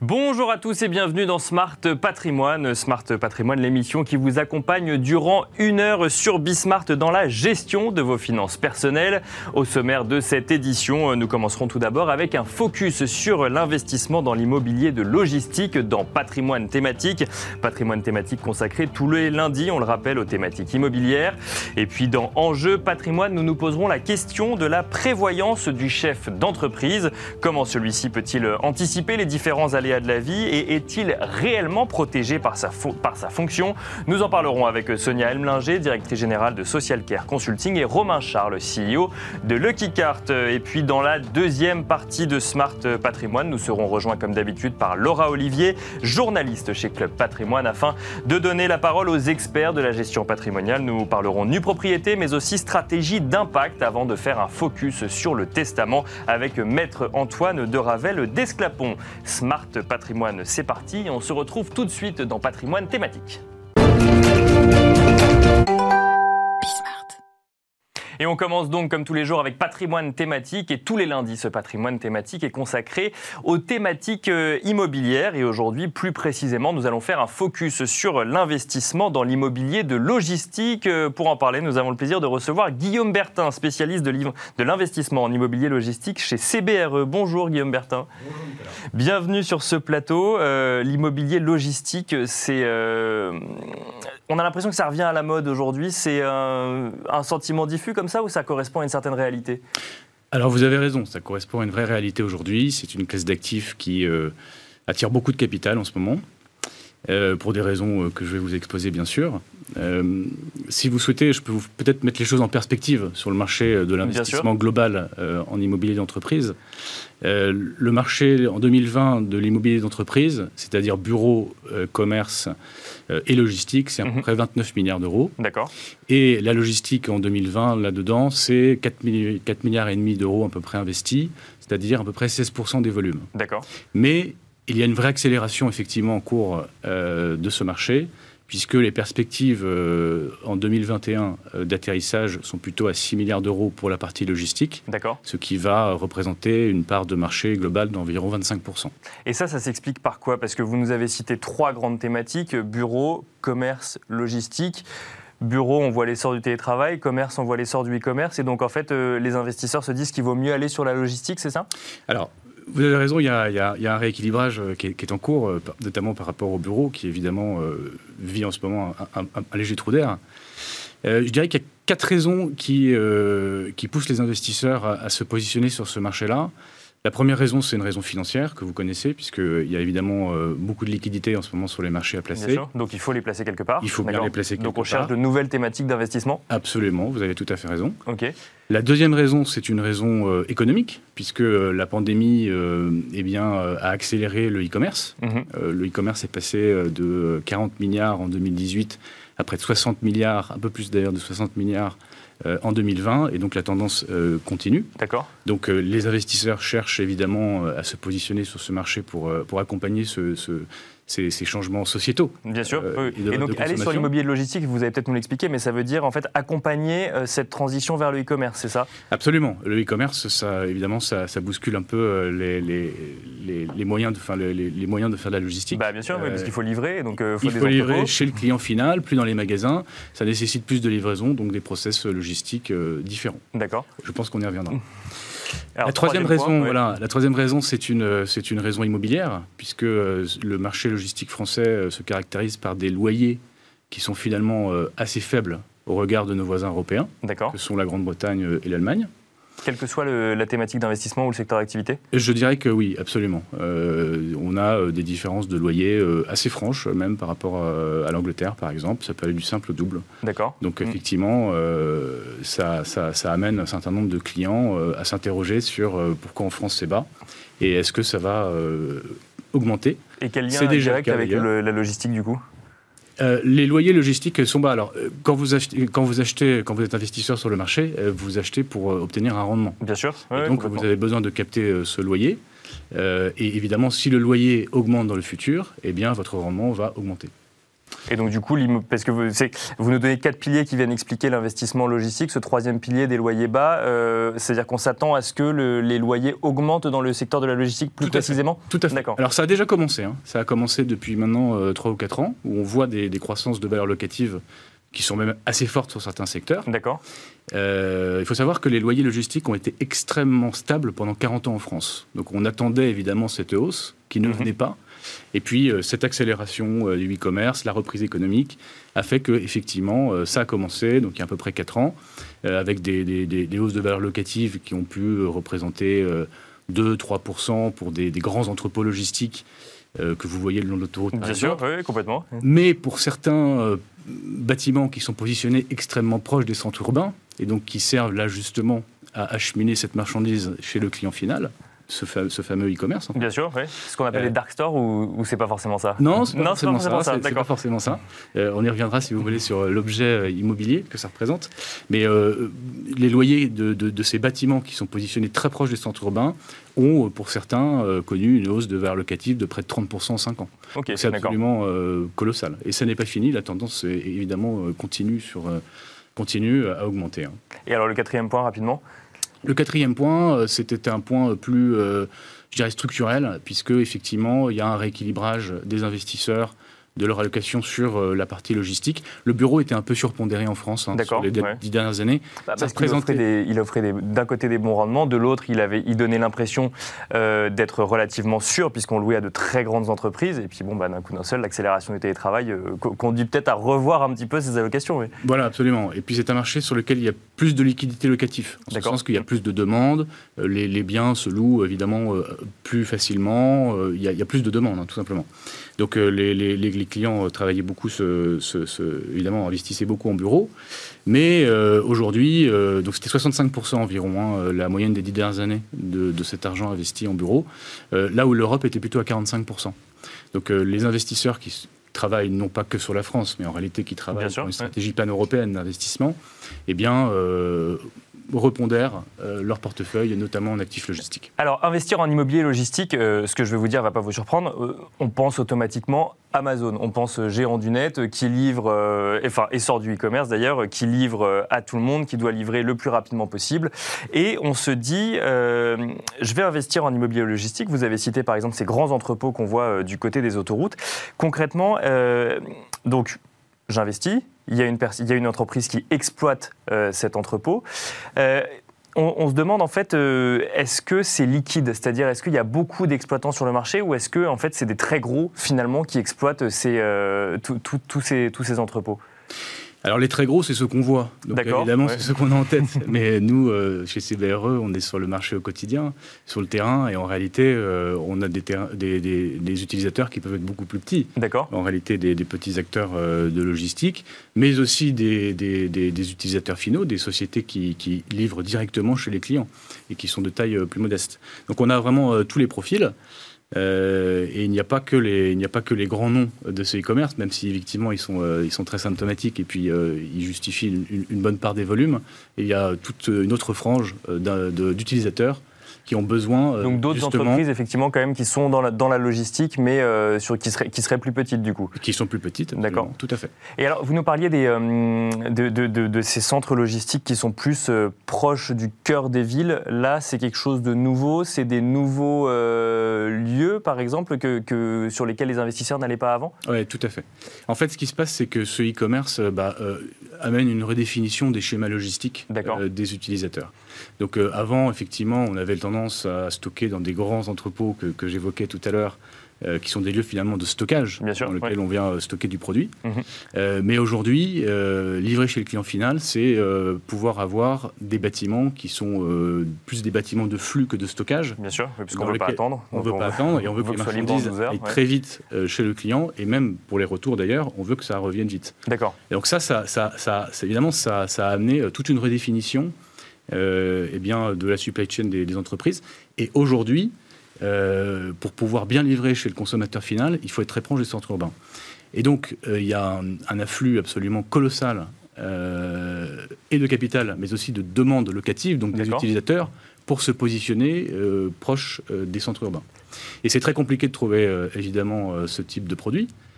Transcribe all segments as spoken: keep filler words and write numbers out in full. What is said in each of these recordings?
Bonjour à tous et bienvenue dans Smart Patrimoine. Smart Patrimoine, l'émission qui vous accompagne durant une heure sur Bismart dans la gestion de vos finances personnelles. Au sommaire de cette édition, nous commencerons tout d'abord avec un focus sur l'investissement dans l'immobilier de logistique dans Patrimoine thématique. Patrimoine thématique consacré tous les lundis, on le rappelle, aux thématiques immobilières. Et puis dans Enjeu Patrimoine, nous nous poserons la question de la prévoyance du chef d'entreprise. Comment celui-ci peut-il anticiper les différents aléas de la vie et est-il réellement protégé par sa, fo- par sa fonction? Nous en parlerons avec Sonia Elmlinger, directrice générale de Social Care Consulting, et Romain Charles, C E O de Lucky Cart. Et puis dans la deuxième partie de Smart Patrimoine, nous serons rejoints comme d'habitude par Laura Olivier, journaliste chez Club Patrimoine, afin de donner la parole aux experts de la gestion patrimoniale. Nous parlerons nue propriété mais aussi stratégie d'impact avant de faire un focus sur le testament avec Maître Antoine de Ravel d'Esclapon. Smart Patrimoine, c'est parti, et on se retrouve tout de suite dans Patrimoine thématique. Et on commence donc comme tous les jours avec Patrimoine thématique, et tous les lundis ce Patrimoine thématique est consacré aux thématiques immobilières, et aujourd'hui plus précisément nous allons faire un focus sur l'investissement dans l'immobilier de logistique. Pour en parler, nous avons le plaisir de recevoir Guillaume Bertin, spécialiste de, de l'investissement en immobilier logistique chez C B R E. Bonjour Guillaume Bertin. Bonjour Nicolas. Bienvenue sur ce plateau. Euh, l'immobilier logistique, c'est, euh, on a l'impression que ça revient à la mode aujourd'hui. C'est un, un sentiment diffus comme ça, ou ça correspond à une certaine réalité? Alors vous avez raison, ça correspond à une vraie réalité aujourd'hui. C'est une classe d'actifs qui euh, attire beaucoup de capital en ce moment, euh, pour des raisons que je vais vous exposer bien sûr. Euh, si vous souhaitez, je peux vous, peut-être mettre les choses en perspective sur le marché de l'investissement global euh, en immobilier d'entreprise. Euh, le marché en deux mille vingt de l'immobilier d'entreprise, c'est-à-dire bureaux, euh, commerce euh, et logistique, c'est à peu près vingt-neuf milliards d'euros. D'accord. Et la logistique en deux mille vingt, là-dedans, c'est quatre milliards et demi d'euros à peu près investis, c'est-à-dire à peu près seize pour cent des volumes. D'accord. Mais il y a une vraie accélération effectivement en cours euh, de ce marché, puisque les perspectives euh, en deux mille vingt et un euh, d'atterrissage sont plutôt à six milliards d'euros pour la partie logistique, D'accord. ce qui va représenter une part de marché globale d'environ vingt-cinq pour cent. Et ça, ça s'explique par quoi? Parce que vous nous avez cité trois grandes thématiques, bureau, commerce, logistique. Bureau, on voit l'essor du télétravail, commerce, on voit l'essor du e-commerce, et donc en fait, euh, les investisseurs se disent qu'il vaut mieux aller sur la logistique, c'est ça? Alors, vous avez raison, il y a, il y a, il y a un rééquilibrage qui est, qui est en cours, euh, notamment par rapport au bureau, qui évidemment euh, vit en ce moment un, un, un léger trou d'air. Euh, je dirais qu'il y a quatre raisons qui, euh, qui poussent les investisseurs à, à se positionner sur ce marché-là. La première raison, c'est une raison financière que vous connaissez, puisqu'il y a évidemment euh, beaucoup de liquidités en ce moment sur les marchés à placer. Bien sûr. Donc il faut les placer quelque part. Il faut bien D'accord. les placer quelque part. Donc on cherche de nouvelles thématiques d'investissement. Absolument, vous avez tout à fait raison. Ok. La deuxième raison, c'est une raison euh, économique, puisque euh, la pandémie euh, eh bien, euh, a accéléré le e-commerce. Mm-hmm. Euh, le e-commerce est passé euh, de quarante milliards en deux mille dix-huit à près de soixante milliards, un peu plus d'ailleurs de soixante milliards euh, en deux mille vingt, et donc la tendance euh, continue. D'accord. Donc euh, les investisseurs cherchent évidemment euh, à se positionner sur ce marché pour, euh, pour accompagner ce, ce, ces, ces changements sociétaux. Bien sûr. Euh, oui. et, de, et donc de aller sur l'immobilier de logistique, vous allez peut-être nous l'expliquer, mais ça veut dire en fait accompagner euh, cette transition vers le e-commerce, c'est ça? Absolument. Le e-commerce, ça, évidemment, ça, ça bouscule un peu les, les, les, les, moyens de, enfin, les, les moyens de faire de la logistique. Bah, bien sûr, euh, oui, parce qu'il faut livrer. Donc, euh, faut il des faut livrer entrepôts. chez le client final, plus dans les magasins. Ça nécessite plus de livraison, donc des process logistiques euh, différents. D'accord. Je pense qu'on y reviendra. Alors, la troisième, troisième raison, point, ouais. voilà, la troisième raison, c'est une, c'est une raison immobilière, puisque euh, le marché logistique français euh, se caractérise par des loyers qui sont finalement euh, assez faibles au regard de nos voisins européens, D'accord. que sont la Grande-Bretagne et l'Allemagne. Quelle que soit le, la thématique d'investissement ou le secteur d'activité? Je dirais que oui, absolument. Euh, on a euh, des différences de loyers euh, assez franches, même par rapport à, à l'Angleterre, par exemple. Ça peut aller du simple au double. D'accord. Donc, Mmh. effectivement, euh, ça, ça, ça amène un certain nombre de clients euh, à s'interroger sur euh, pourquoi en France c'est bas et est-ce que ça va euh, augmenter. Et quel lien C'est déjà direct le cas avec d'ailleurs. le- la logistique du coup? Euh, les loyers logistiques sont bas. Alors, euh, quand vous achetez, quand vous achetez, quand vous êtes investisseur sur le marché, euh, vous achetez pour euh, obtenir un rendement. Bien sûr. Et Ouais, donc, complètement. vous avez besoin de capter euh, ce loyer. Euh, et évidemment, si le loyer augmente dans le futur, eh bien, votre rendement va augmenter. Et donc du coup, parce que vous, vous nous donnez quatre piliers qui viennent expliquer l'investissement logistique, ce troisième pilier des loyers bas, euh, c'est-à-dire qu'on s'attend à ce que le, les loyers augmentent dans le secteur de la logistique plus Tout précisément ? Tout à fait. D'accord. Alors ça a déjà commencé, hein. Ça a commencé depuis maintenant euh, trois ou quatre ans, où on voit des, des croissances de valeur locative qui sont même assez fortes sur certains secteurs. D'accord. Euh, il faut savoir que les loyers logistiques ont été extrêmement stables pendant quarante ans en France. Donc on attendait évidemment cette hausse qui ne mmh. venait pas. Et puis euh, cette accélération euh, du e-commerce, la reprise économique, a fait que effectivement euh, ça a commencé, donc il y a à peu près quatre ans, euh, avec des, des, des, des hausses de valeur locative qui ont pu euh, représenter euh, deux à trois pour cent pour des, des grands entrepôts logistiques euh, que vous voyez le long de l'autoroute. Bien sûr, oui, complètement. Mais pour certains euh, bâtiments qui sont positionnés extrêmement proches des centres urbains, et donc qui servent là justement à acheminer cette marchandise chez le client final, ce, fa- ce fameux e-commerce. En fait. Bien sûr, oui. Ce qu'on appelle euh... les dark stores, ou, ou c'est pas forcément ça ? Non, c'est pas, non, forcément, c'est pas forcément ça. ça. C'est, c'est pas forcément ça. Euh, on y reviendra si vous voulez sur l'objet immobilier que ça représente. Mais euh, les loyers de, de, de ces bâtiments qui sont positionnés très proches des centres urbains ont, pour certains, euh, connu une hausse de valeur locative de près de trente pour cent en cinq ans. Okay, c'est absolument euh, colossal. Et ça n'est pas fini. La tendance, est, évidemment, euh, continue, sur, euh, continue à augmenter. Hein. Et alors, le quatrième point, rapidement ? Le quatrième point, c'était un point plus, euh, je dirais, structurel, puisque effectivement, il y a un rééquilibrage des investisseurs, de leur allocation sur euh, la partie logistique. Le bureau était un peu surpondéré en France hein, sur les dix ouais. dernières années. Bah, parce qu'il offrait, des, il offrait des, d'un côté des bons rendements, de l'autre, il, avait, il donnait l'impression euh, d'être relativement sûr, puisqu'on louait à de très grandes entreprises. Et puis, bon, bah, d'un coup d'un seul, l'accélération du télétravail euh, conduit peut-être à revoir un petit peu ces allocations. Oui. Voilà, absolument. Et puis, c'est un marché sur lequel il y a plus de liquidité locative. En ce sens qu'il y a plus de demandes. Euh, les, les biens se louent, évidemment, euh, plus facilement. Euh, il, y a, il y a plus de demandes, hein, tout simplement. Donc, euh, les, les, les clients travaillaient beaucoup, ce, ce, ce, évidemment, investissaient beaucoup en bureau. Mais euh, aujourd'hui, euh, donc c'était soixante-cinq pour cent environ, hein, la moyenne des dix dernières années de, de cet argent investi en bureau, euh, là où l'Europe était plutôt à quarante-cinq pour cent. Donc euh, les investisseurs qui travaillent non pas que sur la France, mais en réalité qui travaillent sur une stratégie ouais. pan-européenne d'investissement, eh bien... Euh, repondèrent euh, leur portefeuille, notamment en actifs logistiques. Alors, investir en immobilier logistique, euh, ce que je vais vous dire ne va pas vous surprendre, euh, on pense automatiquement Amazon, on pense géant du net euh, qui livre, euh, enfin, essor du e-commerce d'ailleurs, euh, qui livre euh, à tout le monde, qui doit livrer le plus rapidement possible. Et on se dit, euh, je vais investir en immobilier logistique. Vous avez cité par exemple ces grands entrepôts qu'on voit euh, du côté des autoroutes. Concrètement, euh, donc, j'investis. Il y, a une pers- il y a une entreprise qui exploite euh, cet entrepôt. Euh, on, on se demande en fait, euh, est-ce que c'est liquide ? C'est-à-dire, est-ce qu'il y a beaucoup d'exploitants sur le marché ou est-ce que en fait, c'est des très gros finalement qui exploitent ces, euh, tout, tout, tout ces, tous ces entrepôts ? Alors les très gros, c'est ceux qu'on voit. Donc D'accord, évidemment, ouais. c'est ceux qu'on a en tête. Mais nous, euh, chez C B R E, on est sur le marché au quotidien, sur le terrain, et en réalité, euh, on a des, terrains, des, des, des utilisateurs qui peuvent être beaucoup plus petits. D'accord. En réalité, des, des petits acteurs euh, de logistique, mais aussi des, des, des, des utilisateurs finaux, des sociétés qui, qui livrent directement chez les clients et qui sont de taille euh, plus modeste. Donc on a vraiment euh, tous les profils. Euh, et il n'y a pas que les, il n'y a pas que les grands noms de ce e-commerce, même si effectivement ils sont, euh, ils sont très symptomatiques et puis euh, ils justifient une, une bonne part des volumes. Et il y a toute une autre frange euh, de, d'utilisateurs qui ont besoin. Euh, Donc d'autres justement, entreprises effectivement quand même qui sont dans la, dans la logistique, mais euh, sur, qui, seraient, qui seraient plus petites du coup. Qui sont plus petites, d'accord. Tout à fait. Et alors vous nous parliez des, euh, de, de, de, de ces centres logistiques qui sont plus euh, proches du cœur des villes. Là, c'est quelque chose de nouveau. C'est des nouveaux euh, lieux, par exemple, que, que, sur lesquels les investisseurs n'allaient pas avant. Oui, tout à fait. En fait, ce qui se passe, c'est que ce e-commerce bah, euh, amène une redéfinition des schémas logistiques euh, des utilisateurs. Donc euh, avant, effectivement, on avait tendance à stocker dans des grands entrepôts que, que j'évoquais tout à l'heure, euh, qui sont des lieux finalement de stockage, Bien sûr, dans lesquels oui. on vient stocker du produit. Mmh. Euh, mais aujourd'hui, euh, livrer chez le client final, c'est euh, pouvoir avoir des bâtiments qui sont euh, plus des bâtiments de flux que de stockage. Bien sûr, oui, parce qu'on ne veut pas attendre. On ne veut pas attendre et on veut que les marchandises aillent ouais. très vite euh, chez le client, et même pour les retours d'ailleurs, on veut que ça revienne vite. D'accord. Et donc ça, ça, ça, ça, ça évidemment, ça, ça a amené toute une redéfinition Euh, eh bien, de la supply chain des, des entreprises. Et aujourd'hui, euh, pour pouvoir bien livrer chez le consommateur final, il faut être très proche des centres urbains. Et donc, euh, il y a un, un afflux absolument colossal euh, et de capital, mais aussi de demandes locatives, donc des utilisateurs, pour se positionner euh, proche euh, des centres urbains. Et c'est très compliqué de trouver, euh, évidemment, euh, ce type de produit.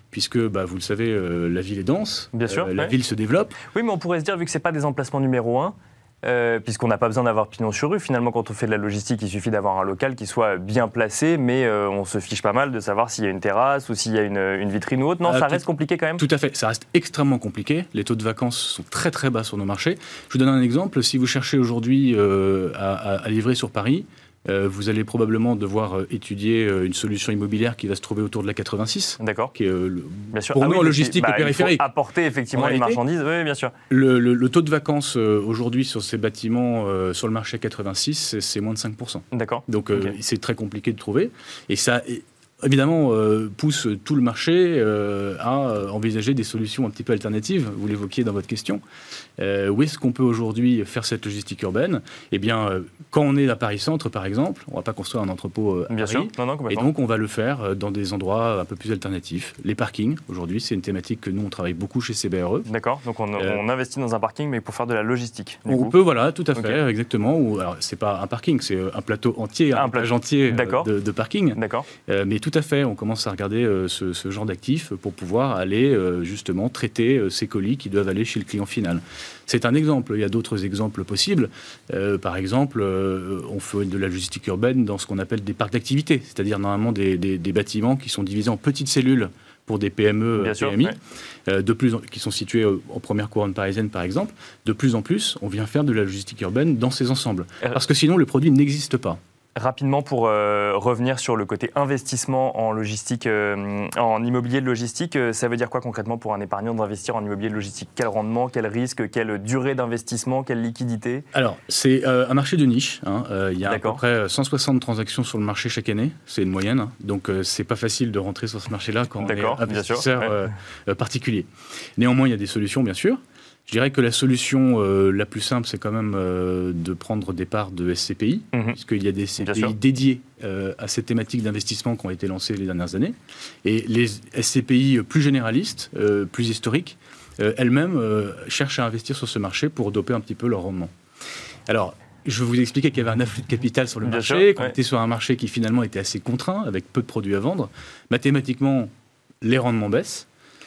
puisque, bah, vous le savez, euh, la ville est dense, Bien sûr, euh, la ouais. ville se développe. Oui, mais on pourrait se dire, vu que ce n'est pas des emplacements numéro un, Euh, puisqu'on n'a pas besoin d'avoir pignon sur rue. Finalement, quand on fait de la logistique, il suffit d'avoir un local qui soit bien placé, mais euh, on se fiche pas mal de savoir s'il y a une terrasse ou s'il y a une, une vitrine ou autre. Non, Euh, ça tout, reste compliqué quand même. Tout à fait, ça reste extrêmement compliqué. Les taux de vacances sont très très bas sur nos marchés. Je vous donne un exemple. Si vous cherchez aujourd'hui euh, à, à, à livrer sur Paris, Euh, vous allez probablement devoir euh, étudier euh, une solution immobilière qui va se trouver autour de la quatre-vingt-six. D'accord. Qui est, euh, le, bien sûr. pour ah nous, oui, en logistique bah, au périphérique. Il faut apporter effectivement en les réalité, marchandises, oui, bien sûr. Le, le, le taux de vacances euh, aujourd'hui sur ces bâtiments, euh, sur le marché quatre-vingt-six, c'est, c'est moins de cinq pour cent. D'accord. Donc euh, okay. c'est très compliqué de trouver. Et ça, évidemment, euh, pousse tout le marché euh, à envisager des solutions un petit peu alternatives. Vous l'évoquiez dans votre question. Euh, où est-ce qu'on peut aujourd'hui faire cette logistique urbaine ? Eh bien, euh, quand on est à Paris-Centre, par exemple, on ne va pas construire un entrepôt euh, à Bien Paris. sûr. Non, non, et donc, on va le faire dans des endroits un peu plus alternatifs. Les parkings, aujourd'hui, c'est une thématique que nous, on travaille beaucoup chez C B R E. D'accord. Donc, on, euh, on investit dans un parking, mais pour faire de la logistique. On coup. peut, voilà, tout à fait, okay. exactement. Ou, alors, c'est pas un parking, c'est un plateau entier, ah, un, un plage entier euh, de, de parking. D'accord. Euh, mais tout à fait, on commence à regarder euh, ce, ce genre d'actifs pour pouvoir aller, euh, justement, traiter euh, ces colis qui doivent aller chez le client final. C'est un exemple. Il y a d'autres exemples possibles. Euh, par exemple, euh, on fait de la logistique urbaine dans ce qu'on appelle des parcs d'activités, c'est-à-dire normalement des, des, des bâtiments qui sont divisés en petites cellules pour des P M E, Bien P M I, sûr, ouais. euh, de plus en, qui sont situés en première couronne parisienne, par exemple. De plus en plus, on vient faire de la logistique urbaine dans ces ensembles. Euh, Parce que sinon, le produit n'existe pas. Rapidement, pour euh, revenir sur le côté investissement en logistique, euh, en immobilier de logistique, euh, ça veut dire quoi concrètement pour un épargnant d'investir en immobilier de logistique ? Quel rendement, quel risque, quelle durée d'investissement, quelle liquidité ? Alors, c'est euh, un marché de niche. Hein. Euh, il y a D'accord. à peu près cent soixante transactions sur le marché chaque année. C'est une moyenne. Hein. Donc, euh, c'est pas facile de rentrer sur ce marché-là quand D'accord, on est investisseur ouais. euh, euh, particulier. Néanmoins, il y a des solutions, bien sûr. Je dirais que la solution euh, la plus simple, c'est quand même euh, de prendre des parts de S C P I, mmh. puisqu'il y a des S C P I dédiés euh, à cette thématique d'investissement qui ont été lancées les dernières années. Et les S C P I plus généralistes, euh, plus historiques, euh, elles-mêmes euh, cherchent à investir sur ce marché pour doper un petit peu leur rendement. Alors, je vais vous expliquer qu'il y avait un afflux de capital sur le Bien marché, sûr, qu'on ouais. était sur un marché qui finalement était assez contraint, avec peu de produits à vendre. Mathématiquement, les rendements baissent.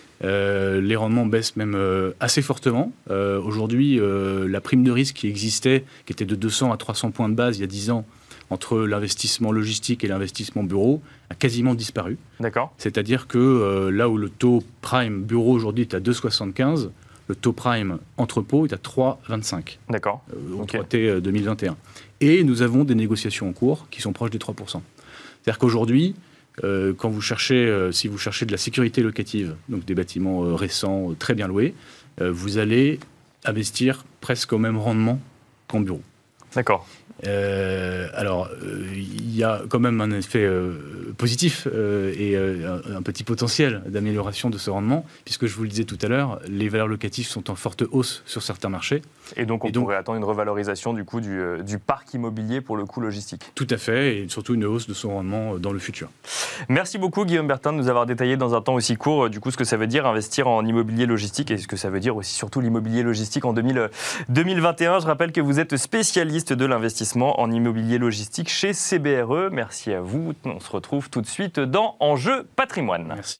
Euh, les rendements baissent même euh, assez fortement. Euh, aujourd'hui, euh, la prime de risque qui existait, qui était de deux cents à trois cents points de base il y a dix ans, entre l'investissement logistique et l'investissement bureau, a quasiment disparu. D'accord. C'est-à-dire que euh, là où le taux prime bureau aujourd'hui est à deux virgule soixante-quinze, le taux prime entrepôt est à trois virgule vingt-cinq. D'accord. Euh, au okay. trois T deux mille vingt et un. Et nous avons des négociations en cours qui sont proches des trois pour cent. C'est-à-dire qu'aujourd'hui, Euh, quand vous cherchez, euh, si vous cherchez de la sécurité locative, donc des bâtiments euh, récents, euh, très bien loués, euh, vous allez investir presque au même rendement qu'en bureau. D'accord. Euh, alors, il euh, y a quand même un effet euh, positif euh, et euh, un, un petit potentiel d'amélioration de ce rendement, puisque je vous le disais tout à l'heure, les valeurs locatives sont en forte hausse sur certains marchés. Et donc, on et donc, pourrait attendre une revalorisation du coup du, euh, du parc immobilier pour le coup logistique. Tout à fait, et surtout une hausse de son rendement dans le futur. Merci beaucoup Guillaume Bertin de nous avoir détaillé dans un temps aussi court du coup ce que ça veut dire investir en immobilier logistique et ce que ça veut dire aussi surtout l'immobilier logistique en deux mille vingt et un. Je rappelle que vous êtes spécialiste de l'investissement en immobilier logistique chez C B R E. Merci à vous. On se retrouve tout de suite dans Enjeu Patrimoine. Merci.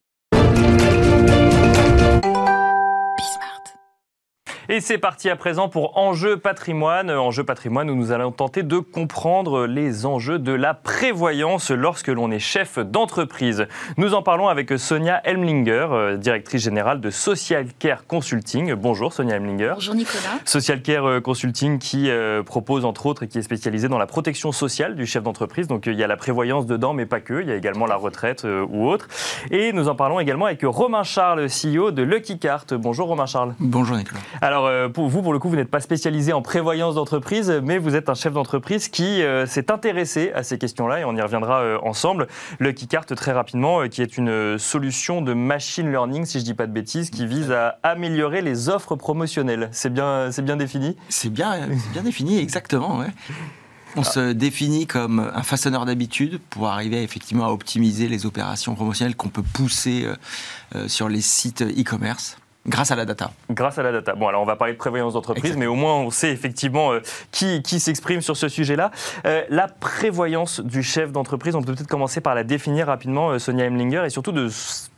Et c'est parti à présent pour Enjeu Patrimoine. Enjeu Patrimoine où nous allons tenter de comprendre les enjeux de la prévoyance lorsque l'on est chef d'entreprise. Nous en parlons avec Sonia Elmlinger, directrice générale de Social Care Consulting. Bonjour Sonia Elmlinger. Bonjour Nicolas. Social Care Consulting qui euh, propose entre autres et qui est spécialisé dans la protection sociale du chef d'entreprise. Donc il y a la prévoyance dedans mais pas que, il y a également la retraite euh, ou autre. Et nous en parlons également avec Romain Charles, C E O de Lucky Cart. Bonjour Romain Charles. Bonjour Nicolas. Alors, pour vous, pour le coup, vous n'êtes pas spécialisé en prévoyance d'entreprise, mais vous êtes un chef d'entreprise qui euh, s'est intéressé à ces questions-là, et on y reviendra euh, ensemble. Lucky Cart, très rapidement, euh, qui est une solution de machine learning, si je ne dis pas de bêtises, qui vise à améliorer les offres promotionnelles. C'est bien, c'est bien défini ? C'est bien, c'est bien défini, exactement, ouais. On ah. se définit comme un façonneur d'habitude pour arriver effectivement à optimiser les opérations promotionnelles qu'on peut pousser euh, euh, sur les sites e-commerce. Grâce à la data. Grâce à la data. Bon, alors on va parler de prévoyance d'entreprise, mais au moins on sait effectivement euh, qui, qui s'exprime sur ce sujet-là. Euh, la prévoyance du chef d'entreprise, on peut peut-être commencer par la définir rapidement, euh, Sonia Elmlinger, et surtout de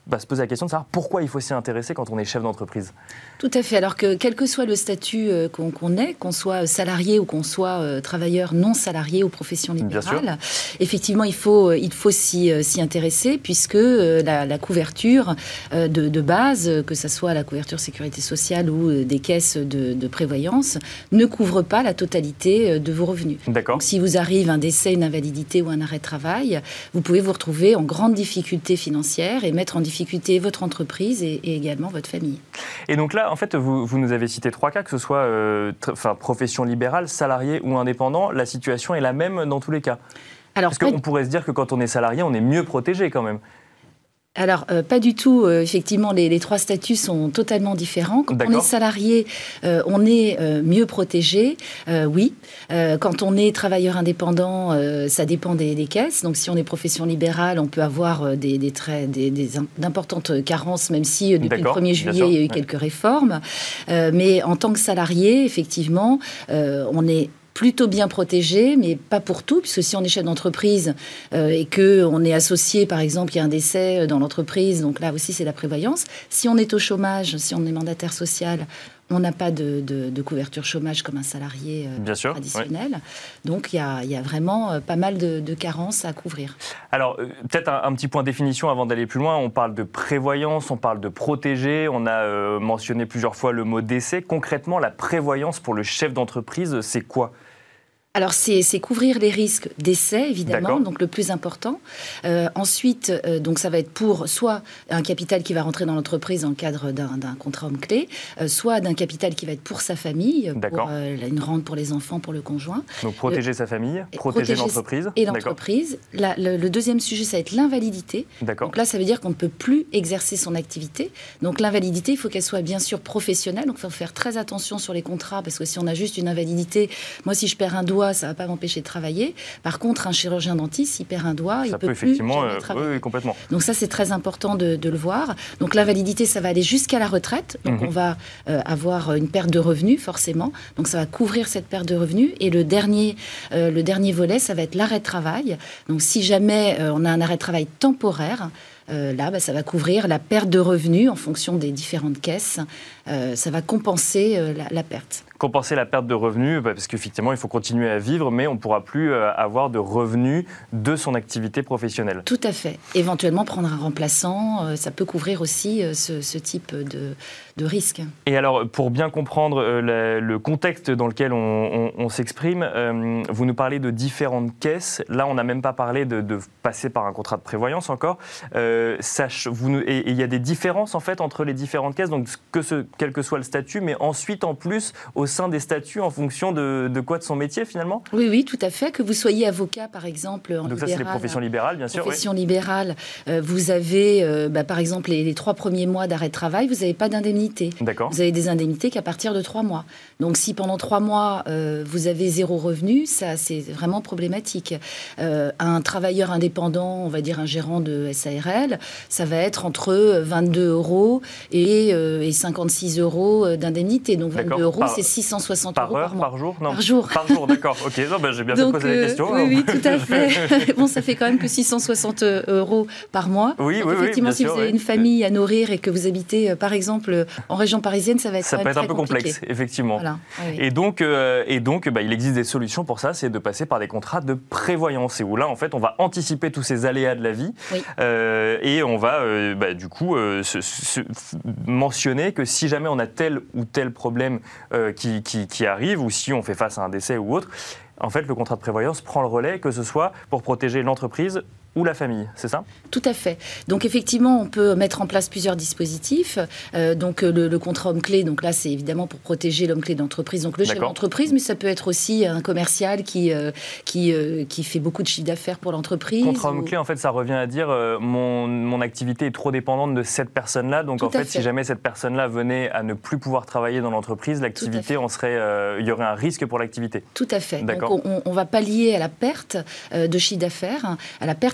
bah, se poser la question de savoir pourquoi il faut s'y intéresser quand on est chef d'entreprise. Tout à fait. Alors que quel que soit le statut euh, qu'on, qu'on ait, qu'on soit salarié ou qu'on soit euh, travailleur non salarié ou profession libérale, effectivement, il faut, il faut s'y, euh, s'y intéresser puisque euh, la, la couverture euh, de, de base, que ce soit la couverture sécurité sociale ou euh, des caisses de, de prévoyance, ne couvre pas la totalité euh, de vos revenus. D'accord. Donc, si vous arrive un décès, une invalidité ou un arrêt de travail, vous pouvez vous retrouver en grande difficulté financière et mettre en difficulté votre entreprise et, et également votre famille. Et donc là, en fait, vous, vous nous avez cité trois cas, que ce soit euh, tr- enfin, profession libérale, salarié ou indépendant. La situation est la même dans tous les cas. Alors, Parce qu'on pourrait se dire que quand on est salarié, on est mieux protégé quand même. Alors, euh, pas du tout. Euh, effectivement, les, les trois statuts sont totalement différents. Quand D'accord. on est salarié, euh, on est euh, mieux protégé, euh, oui. Euh, quand on est travailleur indépendant, euh, ça dépend des, des caisses. Donc, si on est profession libérale, on peut avoir euh, des, des, très, des, des d'importantes carences, même si euh, depuis D'accord, le premier juillet, il y a eu ouais. quelques réformes. Euh, mais en tant que salarié, effectivement, euh, on est plutôt bien protégé, mais pas pour tout, puisque si on est chef d'entreprise euh, et qu'on est associé, par exemple, il y a un décès dans l'entreprise, donc là aussi c'est la prévoyance. Si on est au chômage, si on est mandataire social, on n'a pas de, de, de couverture chômage comme un salarié euh, Bien sûr, traditionnel. Ouais. Donc il y a, y a vraiment euh, pas mal de, de carences à couvrir. Alors, euh, peut-être un, un petit point de définition avant d'aller plus loin. On parle de prévoyance, on parle de protéger. On a euh, mentionné plusieurs fois le mot décès. Concrètement, la prévoyance pour le chef d'entreprise, c'est quoi ? Alors, c'est, c'est couvrir les risques d'essai, évidemment, D'accord. donc le plus important. Euh, ensuite, euh, donc ça va être pour soit un capital qui va rentrer dans l'entreprise dans le cadre d'un, d'un contrat homme-clé, euh, soit d'un capital qui va être pour sa famille, D'accord. pour euh, une rente pour les enfants, pour le conjoint. Donc, protéger Le- sa famille, et protéger, protéger l'entreprise. Et l'entreprise. La- le, le deuxième sujet, ça va être l'invalidité. D'accord. Donc là, ça veut dire qu'on ne peut plus exercer son activité. Donc l'invalidité, il faut qu'elle soit bien sûr professionnelle. Donc il faut faire très attention sur les contrats, parce que si on a juste une invalidité, moi, si je perds un doigt, ça ne va pas m'empêcher de travailler. Par contre, un chirurgien dentiste, s'il perd un doigt, Ça il ne peut peut plus effectivement, jamais euh, travailler. oui, oui, complètement. Donc ça, c'est très important de, de le voir. Donc l'invalidité, ça va aller jusqu'à la retraite. Donc Mhm. on va euh, avoir une perte de revenus, forcément. Donc ça va couvrir cette perte de revenus. Et le dernier, euh, le dernier volet, ça va être l'arrêt de travail. Donc si jamais euh, on a un arrêt de travail temporaire, euh, là, bah, ça va couvrir la perte de revenus en fonction des différentes caisses. Euh, ça va compenser euh, la, la perte. Compenser la perte de revenus, bah, parce qu'effectivement, il faut continuer à vivre, mais on ne pourra plus euh, avoir de revenus de son activité professionnelle. Tout à fait. Éventuellement, prendre un remplaçant, euh, ça peut couvrir aussi euh, ce, ce type de, de risque. Et alors, pour bien comprendre euh, la- le contexte dans lequel on, on- on s'exprime, euh, vous nous parlez de différentes caisses. Là, on n'a même pas parlé de, de passer par un contrat de prévoyance encore. Euh, sache, vous nous- et il y a des différences, en fait, entre les différentes caisses, donc que ce, quel que soit le statut, mais ensuite, en plus, au sein des statuts, en fonction de, de quoi de son métier, finalement ? Oui, oui, tout à fait. Que vous soyez avocat, par exemple, en Donc ça, libéral, c'est les professions libérales, bien sûr. oui. profession libérale, euh, vous avez, euh, bah, par exemple, les, les trois premiers mois d'arrêt de travail, vous n'avez pas d'indemnité. D'accord. Vous avez des indemnités qu'à partir de trois mois. Donc, si pendant trois mois, euh, vous avez zéro revenu, ça, c'est vraiment problématique. Euh, un travailleur indépendant, on va dire un gérant de S A R L, ça va être entre vingt-deux euros et, euh, et cinquante-six euros d'indemnité. Donc, D'accord. vingt-deux euros, Par- c'est six cent soixante Par euros heure, par mois. par jour Non. Par jour. Par jour, d'accord. Ok, non, ben, j'ai bien fait de Donc, poser la euh, question. oui, oui, tout à fait. Bon, ça fait quand même que six cent soixante euros par mois. Oui, Donc, oui, oui, effectivement, bien si sûr, vous avez oui. une famille à nourrir et que vous habitez, euh, par exemple, en région parisienne, ça va être Ça quand peut même être un très peu compliqué. complexe, effectivement. Voilà. Oui, oui. Et donc, euh, et donc bah, il existe des solutions pour ça, c'est de passer par des contrats de prévoyance. Et où là, en fait, on va anticiper tous ces aléas de la vie. Oui. Euh, et on va, euh, bah, du coup, euh, se, se- mentionner que si jamais on a tel ou tel problème euh, qui, qui, qui arrive, ou si on fait face à un décès ou autre, en fait, le contrat de prévoyance prend le relais, que ce soit pour protéger l'entreprise ou la famille, c'est ça ? Tout à fait. Donc effectivement, on peut mettre en place plusieurs dispositifs. Euh, donc euh, le, le contrat homme-clé, donc là c'est évidemment pour protéger l'homme-clé d'entreprise, donc le chef D'accord. d'entreprise, mais ça peut être aussi un commercial qui, euh, qui, euh, qui fait beaucoup de chiffre d'affaires pour l'entreprise. Contrat ou- homme-clé, en fait, ça revient à dire euh, mon, mon activité est trop dépendante de cette personne-là. Donc, Tout en à fait, fait. si jamais cette personne-là venait à ne plus pouvoir travailler dans l'entreprise, l'activité, fait. on serait, euh, il y aurait un risque pour l'activité. Tout à fait. Donc D'accord. on, on va pallier à la perte euh, de chiffre d'affaires, à la perte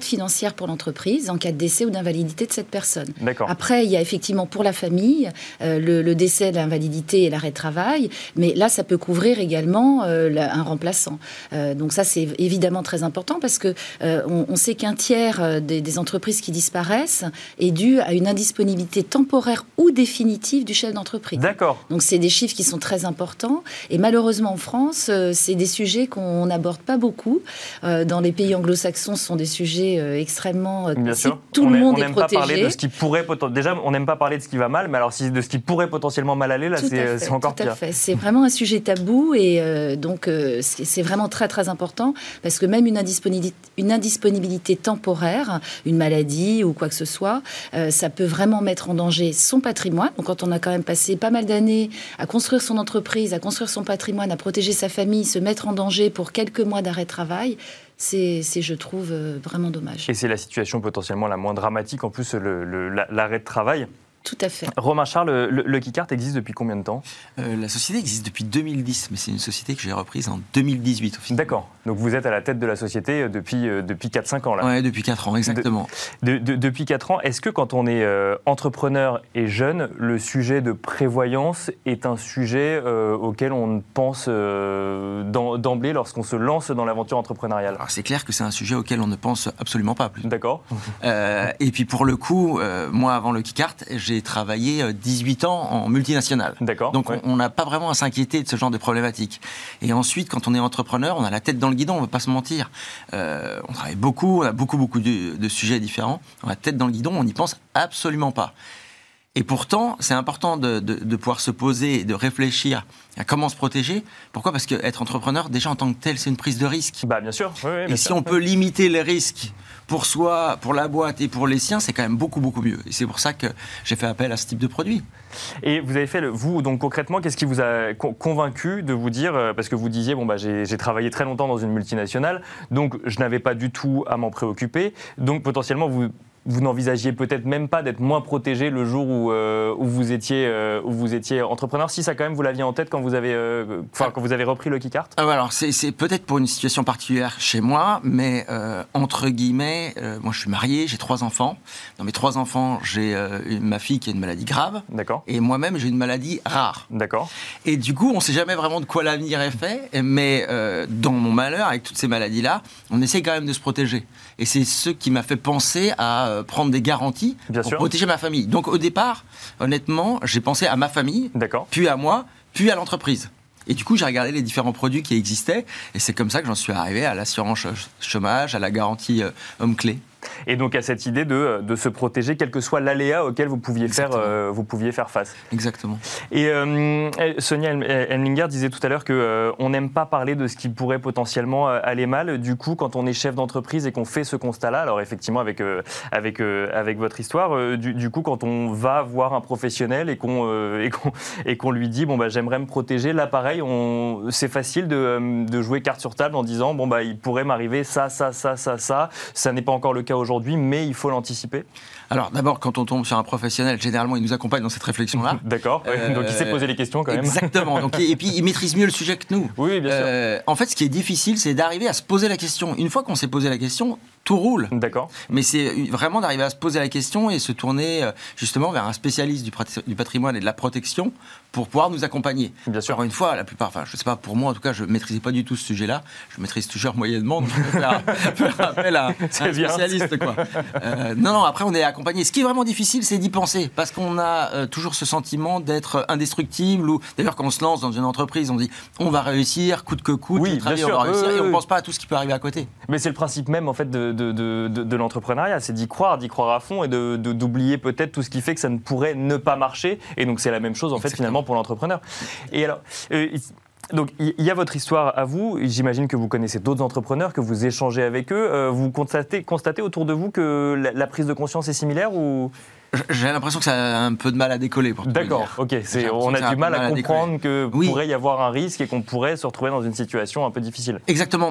financière pour l'entreprise en cas de décès ou d'invalidité de cette personne. D'accord. Après, il y a effectivement pour la famille euh, le, le décès, l'invalidité et l'arrêt de travail, mais là, ça peut couvrir également euh, la, un remplaçant. Euh, donc ça, c'est évidemment très important parce que euh, on, on sait qu'un tiers des, des entreprises qui disparaissent est dû à une indisponibilité temporaire ou définitive du chef d'entreprise. D'accord. Donc c'est des chiffres qui sont très importants et malheureusement en France, euh, c'est des sujets qu'on n'aborde pas beaucoup. Euh, dans les pays anglo-saxons, ce sont des sujets euh, extrêmement... Euh, Bien si sûr. tout on le est, monde on est n'aime protégé. pas parler de ce qui pourrait... Déjà, on n'aime pas parler de ce qui va mal, mais alors si, de ce qui pourrait potentiellement mal aller, là, Tout c'est, à fait, c'est encore tout à pire. fait. C'est vraiment un sujet tabou et euh, donc euh, c'est, c'est vraiment très très important parce que même une indisponibilité, une indisponibilité temporaire, une maladie ou quoi que ce soit, euh, ça peut vraiment mettre en danger son patrimoine. Donc quand on a quand même passé pas mal d'années à construire son entreprise, à construire son patrimoine, à protéger sa famille, se mettre en danger pour quelques mois d'arrêt de travail, c'est, c'est je trouve, vraiment dommage. Et c'est la situation potentiellement la moins dramatique, en plus, le, le, l'arrêt de travail. Tout à fait. Romain Charles, le, le Keycard existe depuis combien de temps ? euh, La société existe depuis deux mille dix, mais c'est une société que j'ai reprise en deux mille dix-huit. D'accord. Donc vous êtes à la tête de la société depuis, euh, depuis quatre cinq ans là. Oui, depuis quatre ans, exactement. De, de, de, depuis quatre ans, est-ce que quand on est euh, entrepreneur et jeune, le sujet de prévoyance est un sujet euh, auquel on pense euh, d'emblée lorsqu'on se lance dans l'aventure entrepreneuriale ? Alors c'est clair que c'est un sujet auquel on ne pense absolument pas plus. D'accord. Euh, et puis pour le coup, euh, moi avant le Keycard, j'ai travaillé dix-huit ans en multinationale. D'accord. Donc ouais. on n'a pas vraiment à s'inquiéter de ce genre de problématiques. Et ensuite, quand on est entrepreneur, on a la tête dans le guidon, on ne va pas se mentir. Euh, on travaille beaucoup, on a beaucoup, beaucoup de, de sujets différents. On a la tête dans le guidon, on n'y pense absolument pas. Et pourtant, c'est important de, de, de pouvoir se poser et de réfléchir à comment se protéger. Pourquoi ? Parce qu'être entrepreneur, déjà en tant que tel, c'est une prise de risque. Bah, bien sûr. Oui, oui, bien et si sûr, on oui. peut limiter les risques pour soi, pour la boîte et pour les siens, c'est quand même beaucoup, beaucoup mieux. Et c'est pour ça que j'ai fait appel à ce type de produit. Et vous avez fait, le, vous, donc concrètement, qu'est-ce qui vous a co- convaincu de vous dire, euh, parce que vous disiez, bon, bah, j'ai, j'ai travaillé très longtemps dans une multinationale, donc je n'avais pas du tout à m'en préoccuper, donc potentiellement, vous... Vous n'envisagiez peut-être même pas d'être moins protégé le jour où, euh, où, vous, étiez, euh, où vous étiez entrepreneur. Si ça, quand même, vous l'aviez en tête quand vous avez, euh, enfin, quand vous avez repris le Keycard ? Ah, alors, c'est, c'est peut-être pour une situation particulière chez moi, mais euh, entre guillemets, euh, moi je suis marié, j'ai trois enfants. Dans mes trois enfants, j'ai euh, une, ma fille qui a une maladie grave. D'accord. Et moi-même, j'ai une maladie rare. D'accord. Et du coup, on ne sait jamais vraiment de quoi l'avenir est fait, mais euh, dans mon malheur, avec toutes ces maladies-là, on essaie quand même de se protéger. Et c'est ce qui m'a fait penser à euh, prendre des garanties Bien pour sûr. protéger ma famille. Donc au départ, honnêtement, j'ai pensé à ma famille, D'accord. puis à moi, puis à l'entreprise. Et du coup, j'ai regardé les différents produits qui existaient, et c'est comme ça que j'en suis arrivé à l'assurance chômage, à la garantie euh, homme-clé. Et donc à cette idée de, de se protéger, quel que soit l'aléa auquel vous pouviez, faire, euh, vous pouviez faire face. Exactement. Et euh, Sonia Elminger disait tout à l'heure qu'on euh, n'aime pas parler de ce qui pourrait potentiellement euh, aller mal. Du coup, quand on est chef d'entreprise et qu'on fait ce constat-là, alors effectivement avec, euh, avec, euh, avec votre histoire, euh, du, du coup, quand on va voir un professionnel et qu'on, euh, et qu'on, et qu'on lui dit bon, bah, j'aimerais me protéger, là pareil, on, c'est facile de, de jouer carte sur table en disant bon, bah, il pourrait m'arriver ça, ça, ça, ça, ça. Ça n'est pas encore le cas aujourd'hui, mais il faut l'anticiper. Alors d'abord, quand on tombe sur un professionnel, généralement, il nous accompagne dans cette réflexion-là. D'accord, euh, donc il s'est posé les questions quand même. Exactement, donc, et, et puis il maîtrise mieux le sujet que nous. Oui, bien sûr. Euh, en fait, ce qui est difficile, c'est d'arriver à se poser la question. Une fois qu'on s'est posé la question, tout roule. D'accord. Mais c'est vraiment d'arriver à se poser la question et se tourner justement vers un spécialiste du patrimoine et de la protection pour pouvoir nous accompagner. Bien sûr. Encore une fois, la plupart, enfin, je ne sais pas, pour moi en tout cas, je ne maîtrisais pas du tout ce sujet-là. Je maîtrise toujours moyennement, donc je peux faire, faire appel à, à un spécialiste. Quoi. Euh, non, non, après on est accompagné. Ce qui est vraiment difficile, c'est d'y penser, parce qu'on a euh, toujours ce sentiment d'être indestructible. Ou d'ailleurs, quand on se lance dans une entreprise, on dit on va réussir, coûte que coûte, oui, travailler, bien sûr. on va réussir, euh, et on ne euh, pense pas à tout ce qui peut arriver à côté. Mais c'est le principe même en fait de, de, de, de, de l'entrepreneuriat, c'est d'y croire, d'y croire à fond et de, de, d'oublier peut-être tout ce qui fait que ça ne pourrait ne pas marcher. Et donc c'est la même chose en fait Exactement. finalement pour l'entrepreneur. Et alors, euh, donc il y a votre histoire à vous. J'imagine que vous connaissez d'autres entrepreneurs, que vous échangez avec eux. Euh, vous constatez, constatez autour de vous que la, la prise de conscience est similaire ou... J'ai l'impression que ça a un peu de mal à décoller. Pour D'accord, ok. C'est, on a du mal à comprendre qu'il oui. pourrait y avoir un risque et qu'on pourrait se retrouver dans une situation un peu difficile. Exactement, mais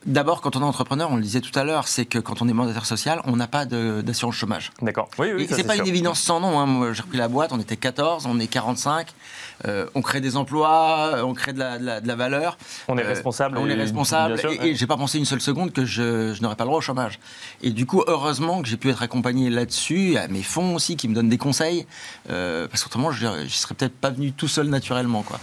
D'abord, quand on est entrepreneur, on le disait tout à l'heure, c'est que quand on est mandataire social, on n'a pas de, d'assurance chômage. D'accord. Oui, oui, et ça, c'est, c'est pas sûr. une évidence sans nom. Hein. Moi, j'ai repris la boîte, on était quatorze, on est quarante-cinq. Euh, on crée des emplois, on crée de la, de la, de la valeur. On est responsable. Euh, on est responsable. Sûr, et, ouais. et j'ai pas pensé une seule seconde que je, je n'aurais pas le droit au chômage. Et du coup, heureusement que j'ai pu être accompagné là-dessus, à mes fonds aussi qui me donnent des conseils, euh, parce qu'autrement, je ne serais peut-être pas venu tout seul naturellement, quoi.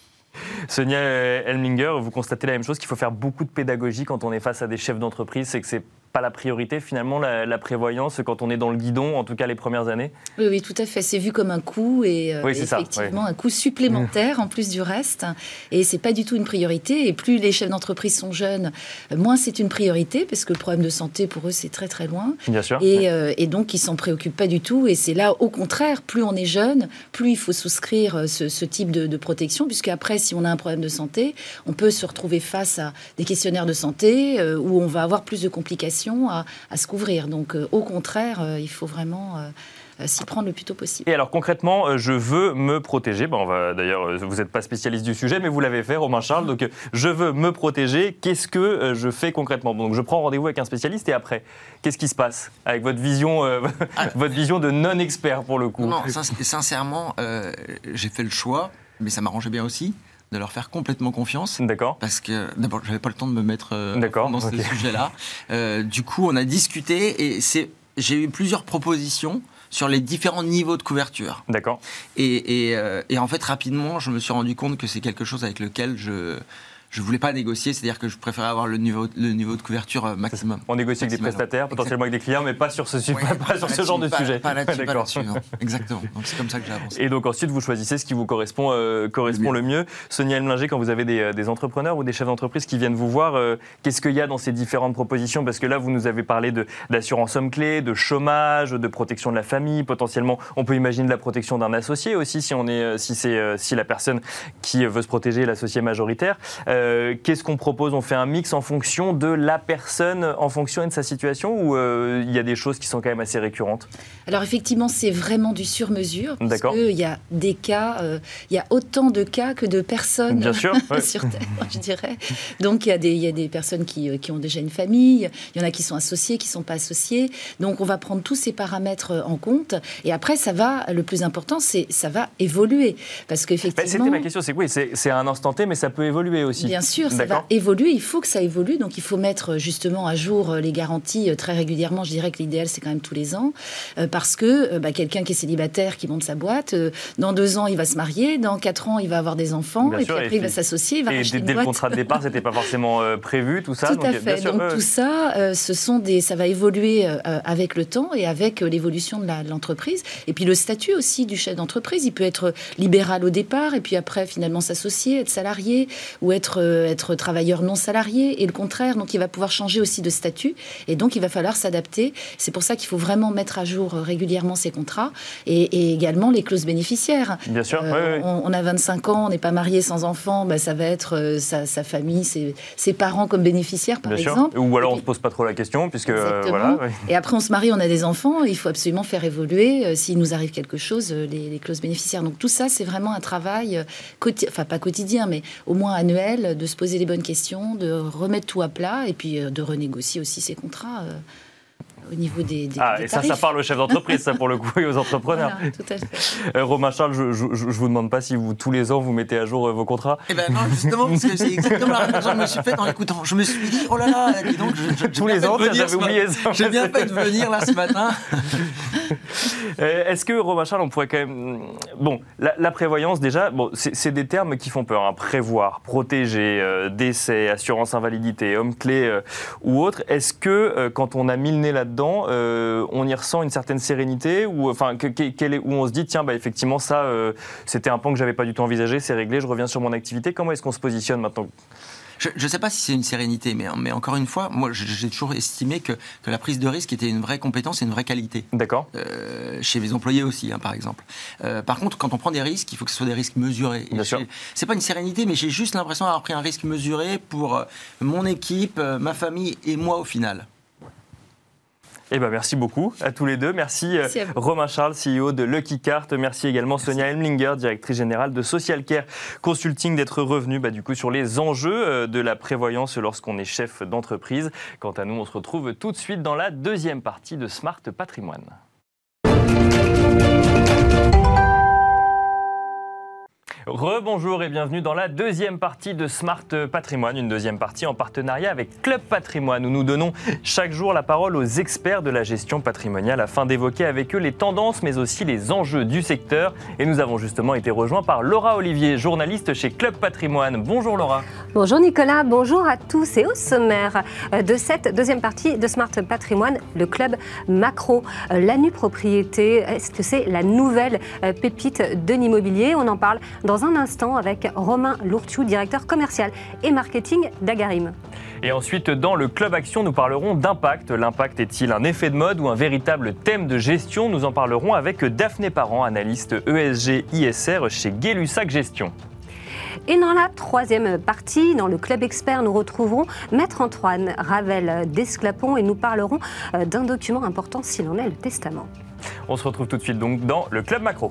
Sonia Elminger, vous constatez la même chose, qu'il faut faire beaucoup de pédagogie quand on est face à des chefs d'entreprise, c'est que c'est pas la priorité finalement, la, la prévoyance, quand on est dans le guidon, en tout cas les premières années? Oui, oui, tout à fait. C'est vu comme un coût et, euh, oui, et effectivement ça, oui. un coût supplémentaire en plus du reste. Et c'est pas du tout une priorité. Et plus les chefs d'entreprise sont jeunes, moins c'est une priorité parce que le problème de santé pour eux c'est très très loin. Bien sûr. Et, oui. euh, et donc ils s'en préoccupent pas du tout. Et c'est là au contraire, plus on est jeune, plus il faut souscrire ce, ce type de, de protection, puisque après si on a un problème de santé, on peut se retrouver face à des questionnaires de santé euh, où on va avoir plus de complications à, à se couvrir. Donc, euh, au contraire, euh, il faut vraiment euh, s'y prendre le plus tôt possible. Et alors, concrètement, euh, je veux me protéger. Ben, on va, d'ailleurs, euh, vous n'êtes pas spécialiste du sujet, mais vous l'avez fait, Romain Charles. Donc, euh, je veux me protéger. Qu'est-ce que euh, je fais concrètement? Donc, je prends rendez-vous avec un spécialiste et après, qu'est-ce qui se passe avec votre vision, euh, ah. votre vision de non-expert, pour le coup? Non, non sincèrement, euh, j'ai fait le choix, mais ça m'arrangeait bien aussi, de leur faire complètement confiance. D'accord. Parce que, d'abord, je n'avais pas le temps de me mettre euh, dans okay. ce sujet-là. Euh, du coup, on a discuté et c'est, j'ai eu plusieurs propositions sur les différents niveaux de couverture. D'accord. Et, et, euh, et en fait, rapidement, je me suis rendu compte que c'est quelque chose avec lequel je... Je ne voulais pas négocier, c'est-à-dire que je préférais avoir le niveau, le niveau de couverture maximum. On négocie maximum. avec des prestataires, potentiellement avec des clients, mais pas sur ce, ouais, pas sur ce genre de pas, sujet. Pas là-dessus, pas là-dessus, non. Exactement. Donc c'est comme ça que j'ai avancé. Et donc ensuite, vous choisissez ce qui vous correspond, euh, correspond le mieux. le mieux. Sonia Elminger, quand vous avez des, des entrepreneurs ou des chefs d'entreprise qui viennent vous voir, euh, qu'est-ce qu'il y a dans ces différentes propositions? Parce que là, vous nous avez parlé de, d'assurance homme-clé, de chômage, de protection de la famille, potentiellement, on peut imaginer de la protection d'un associé aussi, si, on est, si, c'est, si la personne qui veut se protéger est l'associé majoritaire. Euh, qu'est-ce qu'on propose? On fait un mix en fonction de la personne, en fonction de sa situation, ou euh, il y a des choses qui sont quand même assez récurrentes? Alors effectivement, c'est vraiment du sur-mesure. D'accord. Parce qu'il y a des cas, euh, il y a autant de cas que de personnes Bien sûr, ouais. sur Terre, je dirais. Donc il y a des, il y a des personnes qui, qui ont déjà une famille, il y en a qui sont associés, qui ne sont pas associés. Donc on va prendre tous ces paramètres en compte. Et après, ça va, le plus important, c'est ça va évoluer. Parce qu'effectivement... Ben, c'était ma question, c'est que oui, c'est, c'est à un instant T, mais ça peut évoluer aussi. Bien sûr, ça va évoluer, il faut que ça évolue, donc il faut mettre justement à jour les garanties très régulièrement. Je dirais que l'idéal c'est quand même tous les ans, euh, parce que euh, bah, quelqu'un qui est célibataire, qui monte sa boîte, euh, dans deux ans il va se marier, dans quatre ans il va avoir des enfants, bien et sûr, puis après et il va s'associer, il va et racheter dès, une dès boîte. le contrat de départ c'était pas forcément euh, prévu, tout ça. Tout donc, à fait, bien sûr, donc euh, tout ça, euh, ce sont des, ça va évoluer euh, avec le temps et avec euh, l'évolution de, la, de l'entreprise, et puis le statut aussi du chef d'entreprise, il peut être libéral au départ, et puis après finalement s'associer, être salarié, ou être, euh, être travailleur non salarié, et le contraire, donc il va pouvoir changer aussi de statut, et donc il va falloir s'adapter. C'est pour ça qu'il faut vraiment mettre à jour régulièrement ces contrats, et, et également les clauses bénéficiaires. Bien sûr, euh, oui, oui. On, on a vingt-cinq ans, on n'est pas marié sans enfant, bah, ça va être euh, sa, sa famille, ses, ses parents comme bénéficiaires, par Bien exemple. Sûr. Ou alors puis, on ne se pose pas trop la question, puisque euh, voilà. Oui. Et après on se marie, on a des enfants, il faut absolument faire évoluer, euh, s'il nous arrive quelque chose, euh, les, les clauses bénéficiaires. Donc tout ça, c'est vraiment un travail, euh, quotidien, enfin pas quotidien, mais au moins annuel, de se poser les bonnes questions, de remettre tout à plat et puis euh, de renégocier aussi ses contrats euh, au niveau des, des Ah, des et ça, ça parle aux chefs d'entreprise, ça pour le coup, et aux entrepreneurs. Voilà, tout à fait. Euh, Romain Charles, je, je, je vous demande pas si vous, tous les ans, vous mettez à jour euh, vos contrats. Eh ben non, justement, parce que c'est exactement la réflexion que je me suis faite en l'écoutant. Je me suis dit, oh là là, dis donc, je, je, tous les ans, j'avais oublié ça. J'ai bien fait de venir là ce matin. euh, est-ce que, Romain Charles, on pourrait quand même... Bon, la, la prévoyance, déjà, bon, c'est, c'est des termes qui font peur. Hein. Prévoir, protéger, euh, décès, assurance invalidité, homme-clé euh, ou autre. Est-ce que, euh, quand on a mis le nez là-dedans, euh, on y ressent une certaine sérénité, ou enfin que, que, est, où on se dit tiens bah effectivement ça euh, c'était un pan que j'avais pas du tout envisagé, c'est réglé, je reviens sur mon activité. Comment est-ce qu'on se positionne maintenant? Je ne sais pas si c'est une sérénité, mais, mais encore une fois, moi j'ai toujours estimé que, que la prise de risque était une vraie compétence et une vraie qualité. D'accord. Euh, chez les employés aussi, hein, par exemple. Euh, par contre, quand on prend des risques, il faut que ce soit des risques mesurés. Bien sûr. C'est pas une sérénité, mais j'ai juste l'impression d'avoir pris un risque mesuré pour mon équipe, ma famille et moi au final. Eh ben, merci beaucoup à tous les deux. Merci, merci Romain Charles, C E O de Lucky Cart. Merci également merci. Sonia Elmlinger, directrice générale de Social Care Consulting, d'être revenu bah, du coup, sur les enjeux de la prévoyance lorsqu'on est chef d'entreprise. Quant à nous, on se retrouve tout de suite dans la deuxième partie de Smart Patrimoine. Rebonjour et bienvenue dans la deuxième partie de Smart Patrimoine, une deuxième partie en partenariat avec Club Patrimoine, où nous donnons chaque jour la parole aux experts de la gestion patrimoniale afin d'évoquer avec eux les tendances mais aussi les enjeux du secteur. Et nous avons justement été rejoints par Laura Olivier, journaliste chez Club Patrimoine. Bonjour Laura. Bonjour Nicolas, bonjour à tous. Et au sommaire de cette deuxième partie de Smart Patrimoine, le Club Macro, la nue propriété, est-ce que c'est la nouvelle pépite de l'immobilier? On en parle dans un instant avec Romain Lourtiou, directeur commercial et marketing d'Agarim. Et ensuite, dans le Club Action, nous parlerons d'impact. L'impact est-il un effet de mode ou un véritable thème de gestion? Nous en parlerons avec Daphné Parent, analyste E S G I S R chez Gay-Lussac Gestion. Et dans la troisième partie, dans le Club Expert, nous retrouverons Maître Antoine Ravel d'Esclapon et nous parlerons d'un document important s'il en est, le testament. On se retrouve tout de suite donc dans le Club Macro.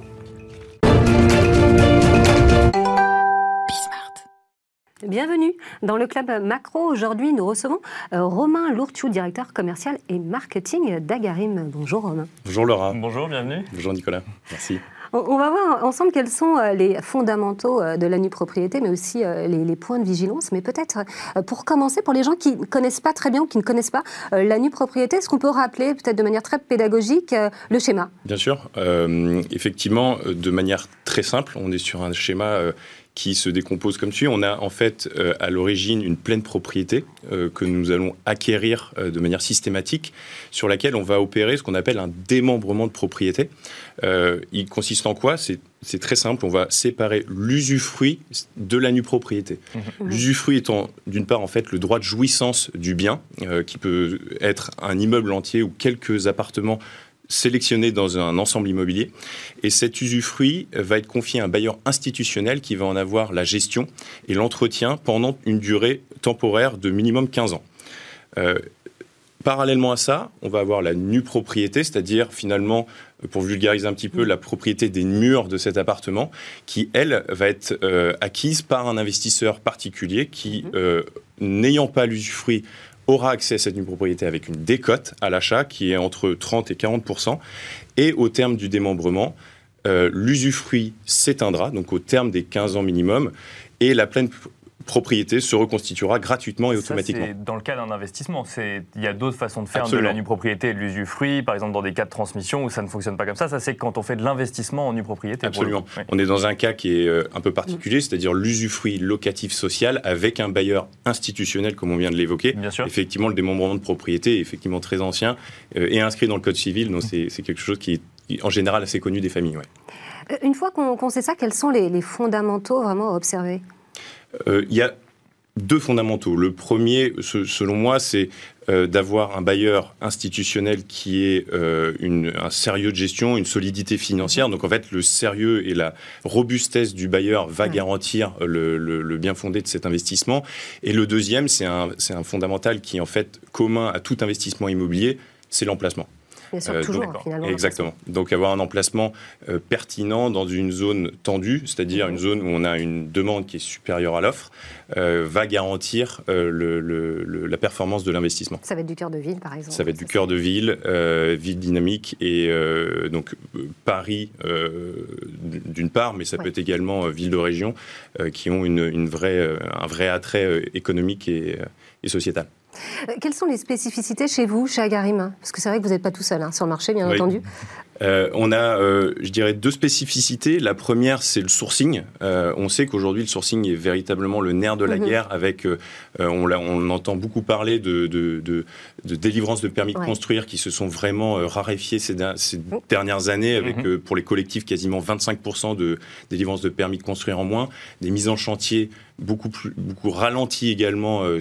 Bienvenue dans le Club Macro. Aujourd'hui, nous recevons Romain Lourtiou, directeur commercial et marketing d'Agarim. Bonjour Romain. Bonjour Laura. Bonjour, bienvenue. Bonjour Nicolas, merci. On va voir ensemble quels sont les fondamentaux de la nue propriété, mais aussi les, les points de vigilance. Mais peut-être, pour commencer, pour les gens qui ne connaissent pas très bien ou qui ne connaissent pas la nue propriété, est-ce qu'on peut rappeler, peut-être de manière très pédagogique, le schéma? Bien sûr. Euh, effectivement, de manière très simple, on est sur un schéma euh, qui se décompose comme suit. On a en fait euh, à l'origine une pleine propriété euh, que nous allons acquérir euh, de manière systématique, sur laquelle on va opérer ce qu'on appelle un démembrement de propriété. Euh, il consiste en quoi? C'est C'est très simple, on va séparer l'usufruit de la nue propriété. Mmh. L'usufruit étant d'une part en fait le droit de jouissance du bien, euh, qui peut être un immeuble entier ou quelques appartements sélectionnés dans un ensemble immobilier. Et cet usufruit va être confié à un bailleur institutionnel qui va en avoir la gestion et l'entretien pendant une durée temporaire de minimum quinze ans. Euh, Parallèlement à ça, on va avoir la nue propriété, c'est-à-dire finalement, pour vulgariser un petit peu, la propriété des murs de cet appartement, qui, elle, va être euh, acquise par un investisseur particulier qui, euh, n'ayant pas l'usufruit, aura accès à cette nue propriété avec une décote à l'achat qui est entre trente et quarante pour cent. Et au terme du démembrement, euh, l'usufruit s'éteindra, donc au terme des quinze ans minimum, et la pleine propriété se reconstituera gratuitement et automatiquement. Ça, c'est dans le cas d'un investissement. C'est, il y a d'autres façons de faire Absolument. De la nue propriété et de l'usufruit, par exemple dans des cas de transmission où ça ne fonctionne pas comme ça. Ça, c'est quand on fait de l'investissement en nue propriété. Absolument. Oui. On est dans un cas qui est un peu particulier, c'est-à-dire l'usufruit locatif social avec un bailleur institutionnel, comme on vient de l'évoquer. Bien sûr. Effectivement, le démembrement de propriété est effectivement très ancien euh, et inscrit dans le Code civil, donc c'est, c'est quelque chose qui est en général assez connu des familles. Ouais. Une fois qu'on, qu'on sait ça, quels sont les, les fondamentaux vraiment à observer? euh, Il y a deux fondamentaux. Le premier, selon moi, c'est euh, d'avoir un bailleur institutionnel qui ait euh, une, un sérieux de gestion, une solidité financière. Donc en fait, le sérieux et la robustesse du bailleur va garantir le, le, le bien fondé de cet investissement. Et le deuxième, c'est un, c'est un fondamental qui est en fait commun à tout investissement immobilier, c'est l'emplacement. Bien sûr, euh, toujours, donc, finalement. Exactement. Donc, avoir un emplacement euh, pertinent dans une zone tendue, c'est-à-dire mmh. une zone où on a une demande qui est supérieure à l'offre, euh, va garantir euh, le, le, le, la performance de l'investissement. Ça va être du cœur de ville, par exemple. Ça va être du cœur de ville, euh, ville dynamique, et euh, donc euh, Paris, euh, d'une part, mais ça ouais. peut être également euh, ville de région, euh, qui ont une, une vraie, euh, un vrai attrait euh, économique et, euh, et sociétal. Quelles sont les spécificités chez vous, chez Agarim? Parce que c'est vrai que vous n'êtes pas tout seul hein, sur le marché, bien oui. entendu. Euh, on a, euh, je dirais, deux spécificités. La première, c'est le sourcing. Euh, on sait qu'aujourd'hui, le sourcing est véritablement le nerf de la mmh. guerre. Avec, euh, on, on entend beaucoup parler de, de, de, de délivrance de permis ouais. de construire qui se sont vraiment euh, raréfiés ces, ces mmh. dernières années, avec mmh. euh, pour les collectifs quasiment vingt-cinq pour cent de délivrance de permis de construire en moins, des mises en chantier beaucoup plus, beaucoup ralenties également euh,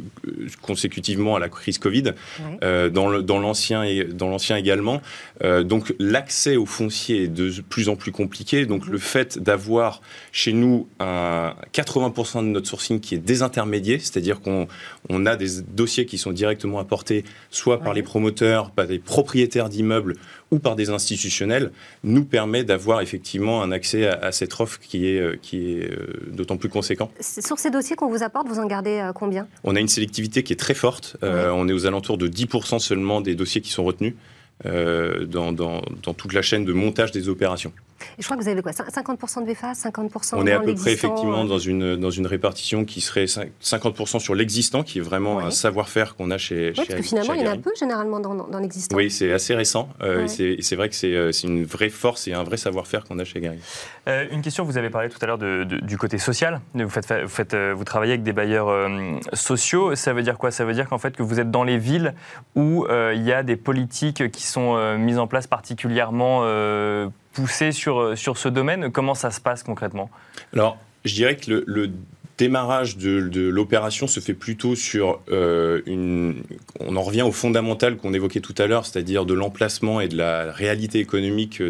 consécutivement à la crise Covid, ouais. euh, dans, le, dans l'ancien et dans l'ancien également. Euh, donc donc l'accès au foncier est de plus en plus compliqué. Donc mmh. le fait d'avoir chez nous un quatre-vingts pour cent de notre sourcing qui est désintermédié, c'est-à-dire qu'on on a des dossiers qui sont directement apportés soit par ouais. les promoteurs, par des propriétaires d'immeubles ou par des institutionnels, nous permet d'avoir effectivement un accès à, à cette offre qui est, qui est euh, d'autant plus conséquent. Sur ces dossiers qu'on vous apporte, vous en gardez euh, combien ? On a une sélectivité qui est très forte. Euh, ouais. On est aux alentours de dix pour cent seulement des dossiers qui sont retenus euh, dans, dans, dans toute la chaîne de montage des opérations. Et je crois que vous avez quoi, cinquante pour cent de V F A, cinquante pour cent On est dans à peu près l'existant. effectivement dans une, dans une répartition qui serait cinquante pour cent sur l'existant, qui est vraiment oui. un savoir-faire qu'on a chez Oui, parce chez, que finalement, chez il y en a peu généralement dans, dans l'existant. Oui, c'est assez récent. Euh, ouais. et c'est vrai que c'est une vraie force et un vrai savoir-faire qu'on a chez Agarine. Euh, une question, vous avez parlé tout à l'heure de, de, du côté social. Vous, faites, vous, faites, vous travaillez avec des bailleurs euh, sociaux. Ça veut dire quoi ? Ça veut dire qu'en fait, que vous êtes dans les villes où euh, il y a des politiques qui sont euh, mises en place particulièrement euh, poussées sur, sur ce domaine. Comment ça se passe concrètement ? Alors, je dirais que le, le démarrage de, de l'opération se fait plutôt sur euh, une... On en revient au fondamental qu'on évoquait tout à l'heure, c'est-à-dire de l'emplacement et de la réalité économique de,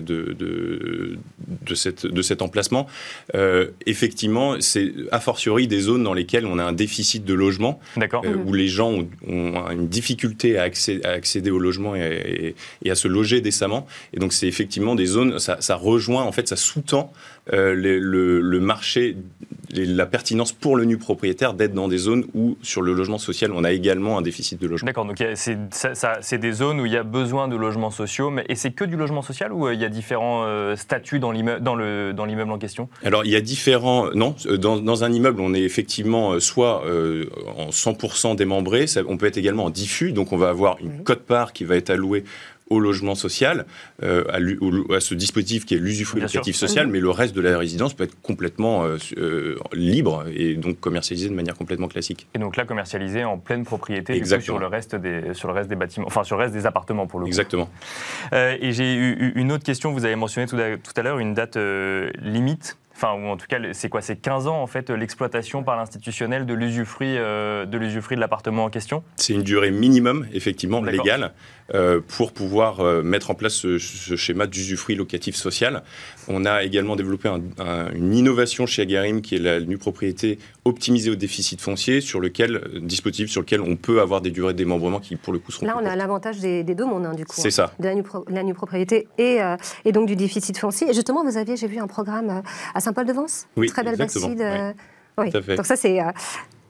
de, de, cette, de cet emplacement. Euh, effectivement, c'est a fortiori des zones dans lesquelles on a un déficit de logement, euh, où les gens ont, ont une difficulté à accéder, à accéder au logement et, et, et à se loger décemment. Et donc, c'est effectivement des zones, ça, ça rejoint, en fait, ça sous-tend euh, le, le, le marché, la pertinence pour le nu propriétaire d'être dans des zones où, sur le logement social, on a également un déficit de logement. D'accord, donc c'est des zones où il y a besoin de logements sociaux, mais, et c'est que du logement social ou euh, il y a différents euh, statuts dans l'immeuble dans le, dans l'immeuble en question ? Alors, il y a différents... Non, dans, dans un immeuble, on est effectivement soit euh, en cent pour cent démembré, ça, on peut être également en diffus, donc on va avoir une oui. quote-part qui va être allouée au logement social, euh, à, à ce dispositif qui est l'usufruit locatif social, mmh. mais le reste de la résidence peut être complètement euh, euh, libre et donc commercialisé de manière complètement classique. Et donc là, commercialisé en pleine propriété du coup, sur, le reste des, sur le reste des bâtiments, enfin sur le reste des appartements pour le coup. Exactement. Euh, et j'ai eu une autre question, vous avez mentionné tout à, tout à l'heure une date euh, limite. Enfin, ou en tout cas, c'est quoi ? C'est quinze ans, en fait, l'exploitation par l'institutionnel de l'usufruit euh, de l'usufruit de l'appartement en question ? C'est une durée minimum, effectivement, légale, euh, pour pouvoir euh, mettre en place ce, ce schéma d'usufruit locatif social. On a également développé un, un, une innovation chez Agarine, qui est la nue propriété optimisée au déficit foncier, sur lequel, dispositif sur lequel on peut avoir des durées de démembrement qui, pour le coup, seront Là, on courtes. a l'avantage des, des deux mondes, hein, du coup. C'est hein, ça. De la nue, pro, la nue propriété et, euh, et donc du déficit foncier. Et justement, vous aviez, j'ai vu un programme à Saint-Paul-de-Vence. Oui, très belle bâtisse. Euh... Oui, oui. tout à fait. Donc ça, c'est... Euh... Nicolas ?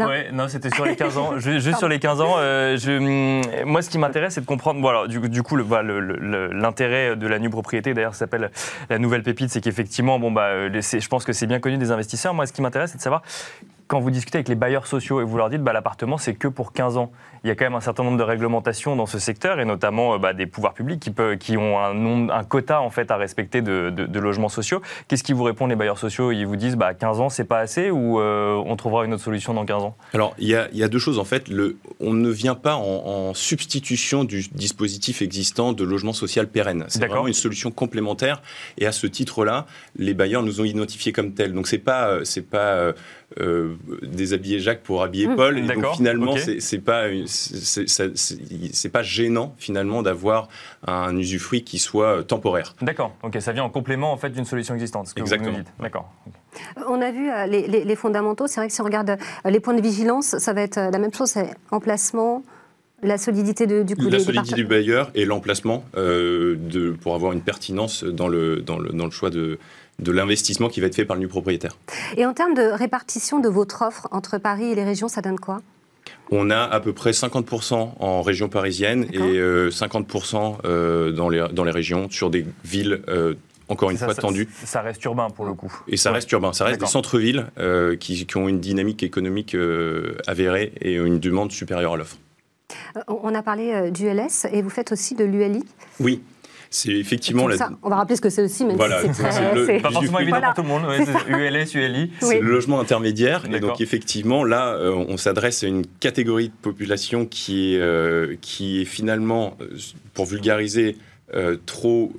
Ouais, non, c'était sur les quinze ans. Juste, juste sur les quinze ans, euh, je, moi, ce qui m'intéresse, c'est de comprendre. Voilà, du, du coup, l'intérêt le, le, de la nue propriété, d'ailleurs, ça s'appelle la nouvelle pépite, c'est qu'effectivement, bon, bah, je pense que c'est bien connu des investisseurs. Moi, ce qui m'intéresse, c'est de savoir, quand vous discutez avec les bailleurs sociaux et vous leur dites, bah, l'appartement, c'est que pour quinze ans. Il y a quand même un certain nombre de réglementations dans ce secteur, et notamment bah, des pouvoirs publics qui, peut, qui ont un, nombre, un quota en fait, à respecter de, de, de logements sociaux. Qu'est-ce qu'ils vous répondent, les bailleurs sociaux ? Ils vous disent bah, quinze ans, c'est pas assez, ou euh, on trouvera une autre solution dans quinze ans ? Alors, il y a, y a deux choses. En fait, le, on ne vient pas en, en substitution du dispositif existant de logement social pérenne. C'est vraiment une solution complémentaire, et à ce titre-là, les bailleurs nous ont identifiés comme tels. Donc, c'est pas, c'est pas euh, déshabiller Jacques pour habiller mmh, Paul. Et donc, finalement, okay. c'est, c'est pas une, C'est, c'est, c'est pas gênant finalement d'avoir un usufruit qui soit temporaire. D'accord, ok, ça vient en complément en fait d'une solution existante, ce que Exactement. vous nous dites. D'accord. On a vu euh, les, les, les fondamentaux, c'est vrai que si on regarde euh, les points de vigilance, ça va être euh, la même chose, c'est emplacement, la solidité de, du coup La des, solidité des du bailleur et l'emplacement euh, de, pour avoir une pertinence dans le, dans le, dans le choix de de l'investissement qui va être fait par le nu propriétaire. Et en termes de répartition de votre offre entre Paris et les régions, ça donne quoi ? On a à peu près cinquante pour cent en région parisienne D'accord. et euh, cinquante pour cent euh, dans, les, dans les régions, sur des villes, euh, encore une ça, fois, ça, tendues. Ça reste urbain, pour le coup. Et ça ouais. reste urbain. Ça reste D'accord. des centres-villes euh, qui, qui ont une dynamique économique euh, avérée et une demande supérieure à l'offre. Euh, on a parlé euh, du L S et vous faites aussi de l'U L I ? Oui. C'est effectivement... La... On va rappeler ce que c'est aussi, même voilà, si c'est, très... le, c'est... pas forcément évident voilà. pour tout le monde. Ouais, c'est U L S, U L I. C'est oui. le logement intermédiaire. D'accord. Et donc, effectivement, là, euh, on s'adresse à une catégorie de population qui est, euh, qui est finalement, pour vulgariser, euh, trop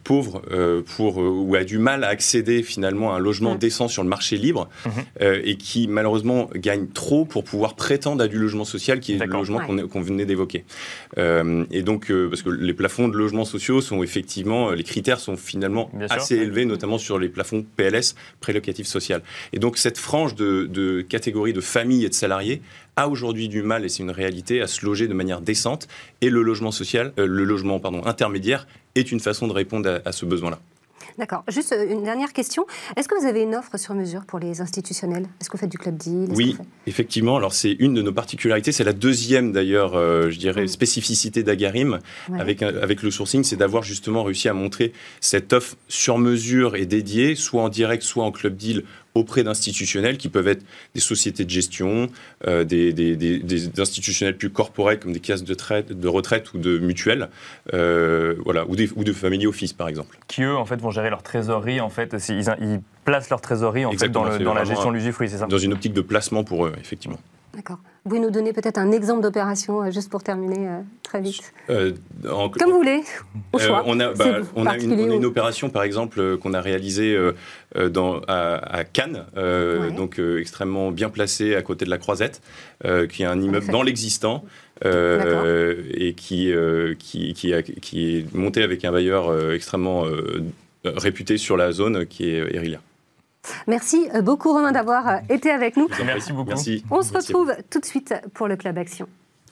pauvre euh, pour, euh, ou a du mal à accéder finalement à un logement mmh. décent sur le marché libre mmh. euh, et qui malheureusement gagne trop pour pouvoir prétendre à du logement social qui est D'accord. le logement ouais. qu'on, qu'on venait d'évoquer. Euh, et donc, euh, parce que les plafonds de logements sociaux sont effectivement, les critères sont finalement Bien assez sûr. élevés, notamment sur les plafonds P L S, prélocatif social. Et donc cette frange de, de catégorie de familles et de salariés a aujourd'hui du mal, et c'est une réalité, à se loger de manière décente. Et le logement social, euh, le logement pardon, intermédiaire est une façon de répondre à, à ce besoin-là. D'accord. Juste une dernière question. Est-ce que vous avez une offre sur mesure pour les institutionnels ? Est-ce que vous faites du club deal ? Oui, fait... effectivement. Alors, c'est une de nos particularités. C'est la deuxième, d'ailleurs, euh, je dirais, mmh. spécificité d'Agarim ouais. avec, avec le sourcing. C'est d'avoir justement réussi à montrer cette offre sur mesure et dédiée, soit en direct, soit en club deal, auprès d'institutionnels qui peuvent être des sociétés de gestion, euh, des, des, des, des institutionnels plus corporels comme des caisses de, traite, de retraite ou de mutuelles, euh, voilà, ou, des, ou de family office par exemple. Qui eux en fait vont gérer leur trésorerie en fait, ils, ils placent leur trésorerie en fait, dans, le, dans la gestion de l'usufruit, c'est ça ? Dans une optique de placement pour eux, effectivement. D'accord. Vous pouvez nous donner peut-être un exemple d'opération, euh, juste pour terminer euh, très vite euh, en, Comme vous voulez, au choix. Euh, on a, bah, on a, une, on a une opération, par exemple, euh, qu'on a réalisée euh, dans, à, à Cannes, euh, ouais. donc euh, extrêmement bien placée à côté de la Croisette, euh, qui est un immeuble dans l'existant. Euh, et qui, euh, qui, qui, a, qui est monté avec un bailleur euh, extrêmement euh, réputé sur la zone, qui est Erilia. Merci beaucoup Romain d'avoir été avec nous. Merci beaucoup. Merci. On se retrouve tout de suite pour le Club Action.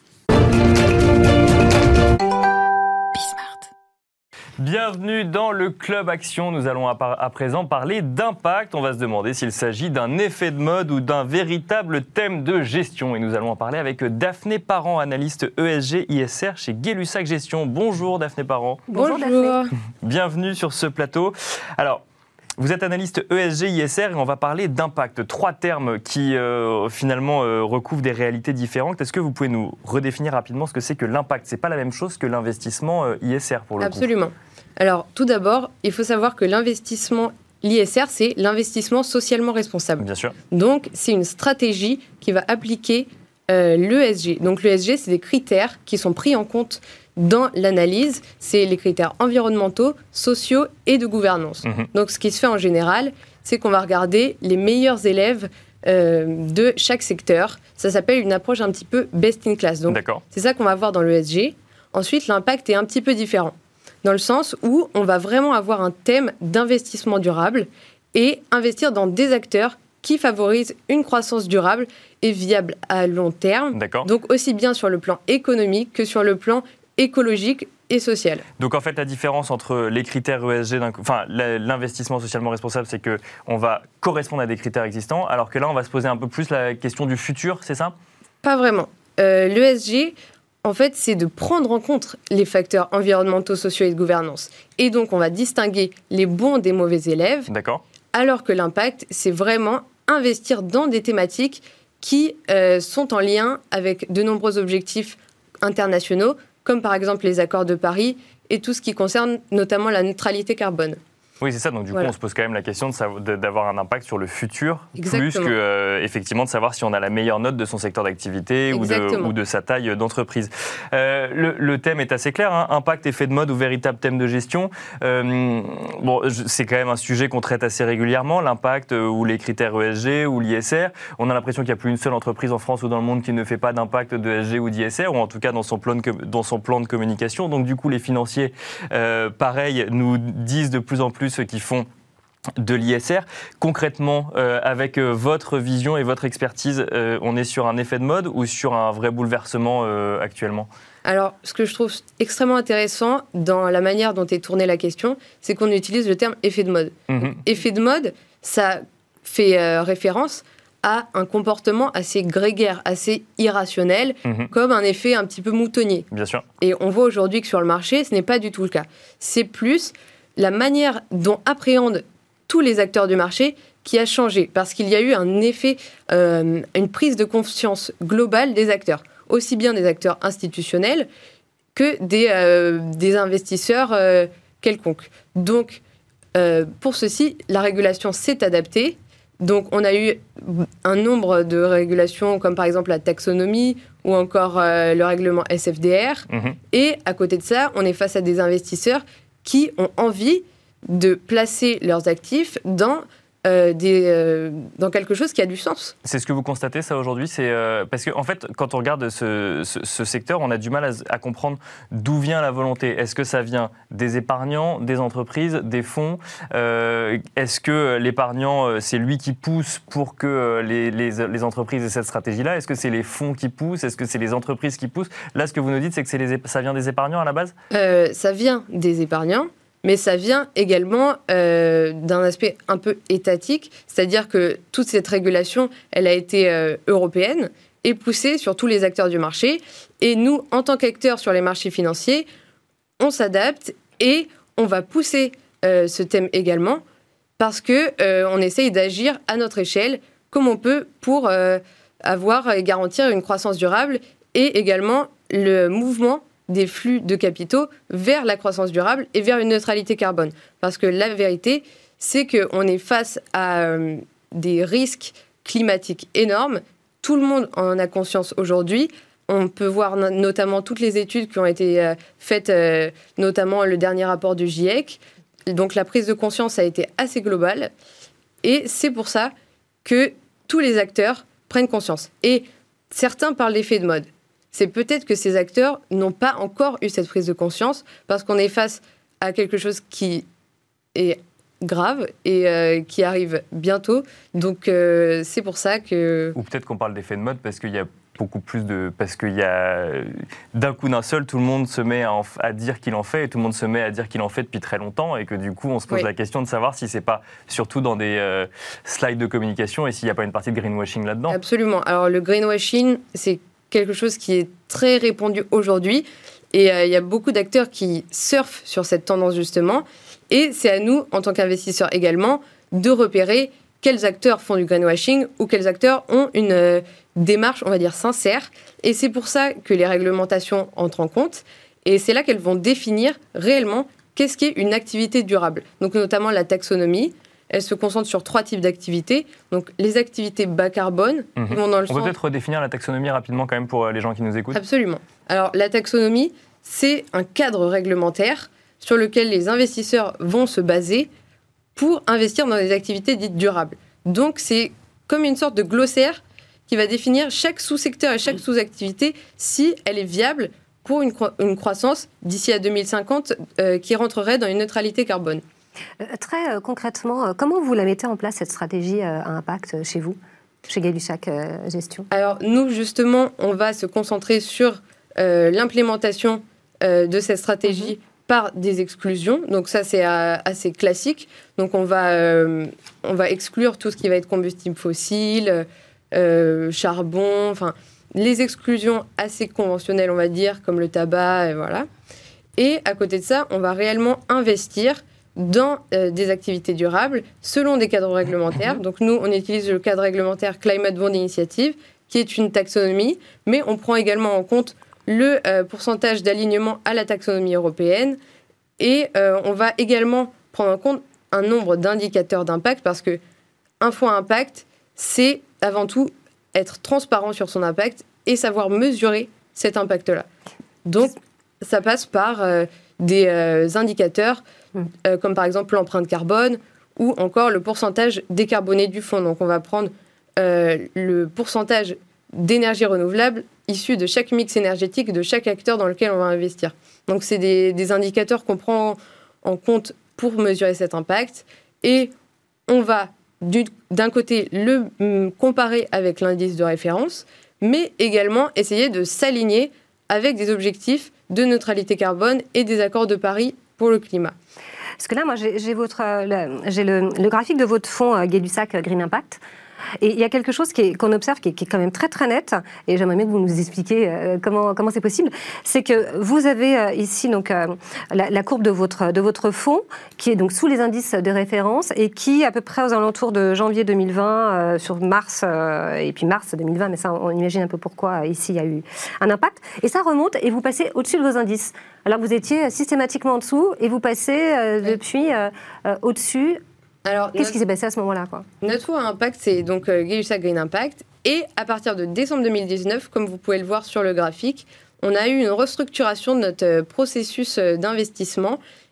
Bienvenue dans le Club Action. Nous allons à, par- à présent parler d'impact. On va se demander s'il s'agit d'un effet de mode ou d'un véritable thème de gestion. Et nous allons en parler avec Daphné Parent, analyste E S G I S R chez Gay-Lussac Gestion. Bonjour Daphné Parent. Bonjour Daphné. Bienvenue sur ce plateau. Alors, vous êtes analyste E S G I S R et on va parler d'impact. Trois termes qui euh, finalement euh, recouvrent des réalités différentes. Est-ce que vous pouvez nous redéfinir rapidement ce que c'est que l'impact ? C'est pas la même chose que l'investissement euh, I S R pour le Absolument. coup. Alors tout d'abord, il faut savoir que l'investissement l'I S R, c'est l'investissement socialement responsable. Bien sûr. Donc c'est une stratégie qui va appliquer euh, l'E S G. Donc l'E S G, c'est des critères qui sont pris en compte dans l'analyse, c'est les critères environnementaux, sociaux et de gouvernance. Mmh. Donc ce qui se fait en général, c'est qu'on va regarder les meilleurs élèves euh, de chaque secteur. Ça s'appelle une approche un petit peu best in class. Donc D'accord. c'est ça qu'on va voir dans l'E S G. Ensuite, l'impact est un petit peu différent, dans le sens où on va vraiment avoir un thème d'investissement durable et investir dans des acteurs qui favorisent une croissance durable et viable à long terme. D'accord. Donc aussi bien sur le plan économique que sur le plan écologique et social. Donc en fait, la différence entre les critères E S G, enfin l'investissement socialement responsable, c'est qu'on va correspondre à des critères existants, alors que là, on va se poser un peu plus la question du futur, c'est ça ? Pas vraiment. Euh, L'E S G, en fait, c'est de prendre en compte les facteurs environnementaux, sociaux et de gouvernance. Et donc, on va distinguer les bons des mauvais élèves. D'accord. Alors que l'impact, c'est vraiment investir dans des thématiques qui euh, sont en lien avec de nombreux objectifs internationaux, comme par exemple les accords de Paris et tout ce qui concerne notamment la neutralité carbone. Oui, c'est ça. Donc, du voilà. coup, on se pose quand même la question de savoir, de, d'avoir un impact sur le futur, Exactement. plus que, euh, effectivement, de savoir si on a la meilleure note de son secteur d'activité ou de, ou de sa taille d'entreprise. Euh, le, le thème est assez clair, hein, impact, effet de mode ou véritable thème de gestion. Euh, bon, c'est quand même un sujet qu'on traite assez régulièrement, l'impact euh, ou les critères E S G ou l'I S R. On a l'impression qu'il n'y a plus une seule entreprise en France ou dans le monde qui ne fait pas d'impact d'E S G ou d'I S R, ou en tout cas dans son plan de, dans son plan de communication. Donc, du coup, les financiers, euh, pareil, nous disent de plus en plus ceux qui font de l'I S R. Concrètement, euh, avec euh, votre vision et votre expertise, euh, on est sur un effet de mode ou sur un vrai bouleversement euh, actuellement ? Alors, ce que je trouve extrêmement intéressant dans la manière dont est tournée la question, c'est qu'on utilise le terme effet de mode. Mmh. Donc, effet de mode, ça fait euh, référence à un comportement assez grégaire, assez irrationnel, mmh. comme un effet un petit peu moutonnier. Bien sûr. Et on voit aujourd'hui que sur le marché, ce n'est pas du tout le cas. C'est plus la manière dont appréhendent tous les acteurs du marché qui a changé, parce qu'il y a eu un effet, euh, une prise de conscience globale des acteurs, aussi bien des acteurs institutionnels que des, euh, des investisseurs euh, quelconques. Donc, euh, pour ceci, la régulation s'est adaptée. Donc, on a eu un nombre de régulations, comme par exemple la taxonomie ou encore euh, le règlement S F D R. Mmh. Et à côté de ça, on est face à des investisseurs qui ont envie de placer leurs actifs dans, euh, des, euh, dans quelque chose qui a du sens. C'est ce que vous constatez, ça, aujourd'hui c'est, euh, Parce qu'en en fait, quand on regarde ce, ce, ce secteur, on a du mal à, à comprendre d'où vient la volonté. Est-ce que ça vient des épargnants, des entreprises, des fonds euh, Est-ce que l'épargnant, c'est lui qui pousse pour que les, les, les entreprises aient cette stratégie-là? Est-ce que c'est les fonds qui poussent? Est-ce que c'est les entreprises qui poussent? Là, ce que vous nous dites, c'est que c'est les, ça vient des épargnants à la base? euh, Ça vient des épargnants. Mais ça vient également euh, d'un aspect un peu étatique, c'est-à-dire que toute cette régulation, elle a été euh, européenne et poussée sur tous les acteurs du marché. Et nous, en tant qu'acteurs sur les marchés financiers, on s'adapte et on va pousser euh, ce thème également parce qu'on euh, essaye d'agir à notre échelle comme on peut pour euh, avoir et garantir une croissance durable et également le mouvement des flux de capitaux vers la croissance durable et vers une neutralité carbone. Parce que la vérité, c'est qu'on est face à euh, des risques climatiques énormes. Tout le monde en a conscience aujourd'hui. On peut voir no- notamment toutes les études qui ont été euh, faites, euh, notamment le dernier rapport du GIEC. Donc la prise de conscience a été assez globale. Et c'est pour ça que tous les acteurs prennent conscience. Et certains parlent d'effet de mode. C'est peut-être que ces acteurs n'ont pas encore eu cette prise de conscience parce qu'on est face à quelque chose qui est grave et euh, qui arrive bientôt. Donc euh, c'est pour ça que... Ou peut-être qu'on parle d'effet de mode parce qu'il y a beaucoup plus de... Parce qu'il y a... D'un coup d'un seul, tout le monde se met à, en... à dire qu'il en fait et tout le monde se met à dire qu'il en fait depuis très longtemps et que du coup, on se pose oui. la question de savoir si c'est pas surtout dans des euh, slides de communication et s'il n'y a pas une partie de greenwashing là-dedans. Absolument. Alors le greenwashing, c'est quelque chose qui est très répandu aujourd'hui. Et euh, il y a beaucoup d'acteurs qui surfent sur cette tendance, justement. Et c'est à nous, en tant qu'investisseurs également, de repérer quels acteurs font du greenwashing ou quels acteurs ont une euh, démarche, on va dire, sincère. Et c'est pour ça que les réglementations entrent en compte. Et c'est là qu'elles vont définir réellement qu'est-ce qu'est une activité durable. Donc notamment la taxonomie. Elle se concentre sur trois types d'activités. Donc, les activités bas carbone, mmh. qui vont dans le On sens... peut peut-être redéfinir la taxonomie rapidement quand même pour les gens qui nous écoutent. Absolument. Alors, la taxonomie, c'est un cadre réglementaire sur lequel les investisseurs vont se baser pour investir dans des activités dites durables. Donc, c'est comme une sorte de glossaire qui va définir chaque sous-secteur et chaque sous-activité si elle est viable pour une, cro- une croissance d'ici à deux mille cinquante euh, qui rentrerait dans une neutralité carbone. Euh, très euh, concrètement, euh, comment vous la mettez en place, cette stratégie euh, à impact euh, chez vous, chez Gay-Lussac euh, Gestion? Alors, nous, justement, on va se concentrer sur euh, l'implémentation euh, de cette stratégie mmh. par des exclusions. Donc ça, c'est euh, assez classique. Donc on va, euh, on va exclure tout ce qui va être combustible fossile, euh, charbon, enfin, les exclusions assez conventionnelles, on va dire, comme le tabac, et voilà. Et à côté de ça, on va réellement investir dans euh, des activités durables selon des cadres réglementaires. Donc nous, on utilise le cadre réglementaire Climate Bond Initiative, qui est une taxonomie, mais on prend également en compte le euh, pourcentage d'alignement à la taxonomie européenne et euh, on va également prendre en compte un nombre d'indicateurs d'impact parce que un fois impact, c'est avant tout être transparent sur son impact et savoir mesurer cet impact-là. Donc, ça passe par euh, des euh, indicateurs euh, comme par exemple l'empreinte carbone ou encore le pourcentage décarboné du fonds. Donc, on va prendre euh, le pourcentage d'énergie renouvelable issu de chaque mix énergétique de chaque acteur dans lequel on va investir. Donc, c'est des, des indicateurs qu'on prend en compte pour mesurer cet impact et on va du, d'un côté le mm, comparer avec l'indice de référence, mais également essayer de s'aligner avec des objectifs de neutralité carbone et des accords de Paris pour le climat. Parce que là, moi, j'ai, j'ai, votre, le, j'ai le, le graphique de votre fonds euh, Gay-Lussac Green Impact. Et il y a quelque chose qui est, qu'on observe qui est, qui est quand même très très net, et j'aimerais bien que vous nous expliquiez euh, comment, comment c'est possible. C'est que vous avez euh, ici donc, euh, la, la courbe de votre, de votre fonds, qui est donc sous les indices de référence, et qui, à peu près aux alentours de janvier deux mille vingt, euh, sur mars, euh, et puis mars deux mille vingt, mais ça on imagine un peu pourquoi euh, ici il y a eu un impact, et ça remonte, et vous passez au-dessus de vos indices. Alors vous étiez systématiquement en dessous, et vous passez euh, depuis euh, euh, au-dessus. Alors, qu'est-ce notre... qui s'est passé à ce moment-là, quoi ? Notre fonds à impact, c'est donc euh, Gay-Lussac Green Impact. Et à partir de décembre deux mille dix-neuf, comme vous pouvez le voir sur le graphique, on a eu une restructuration de notre euh, processus euh, d'investissement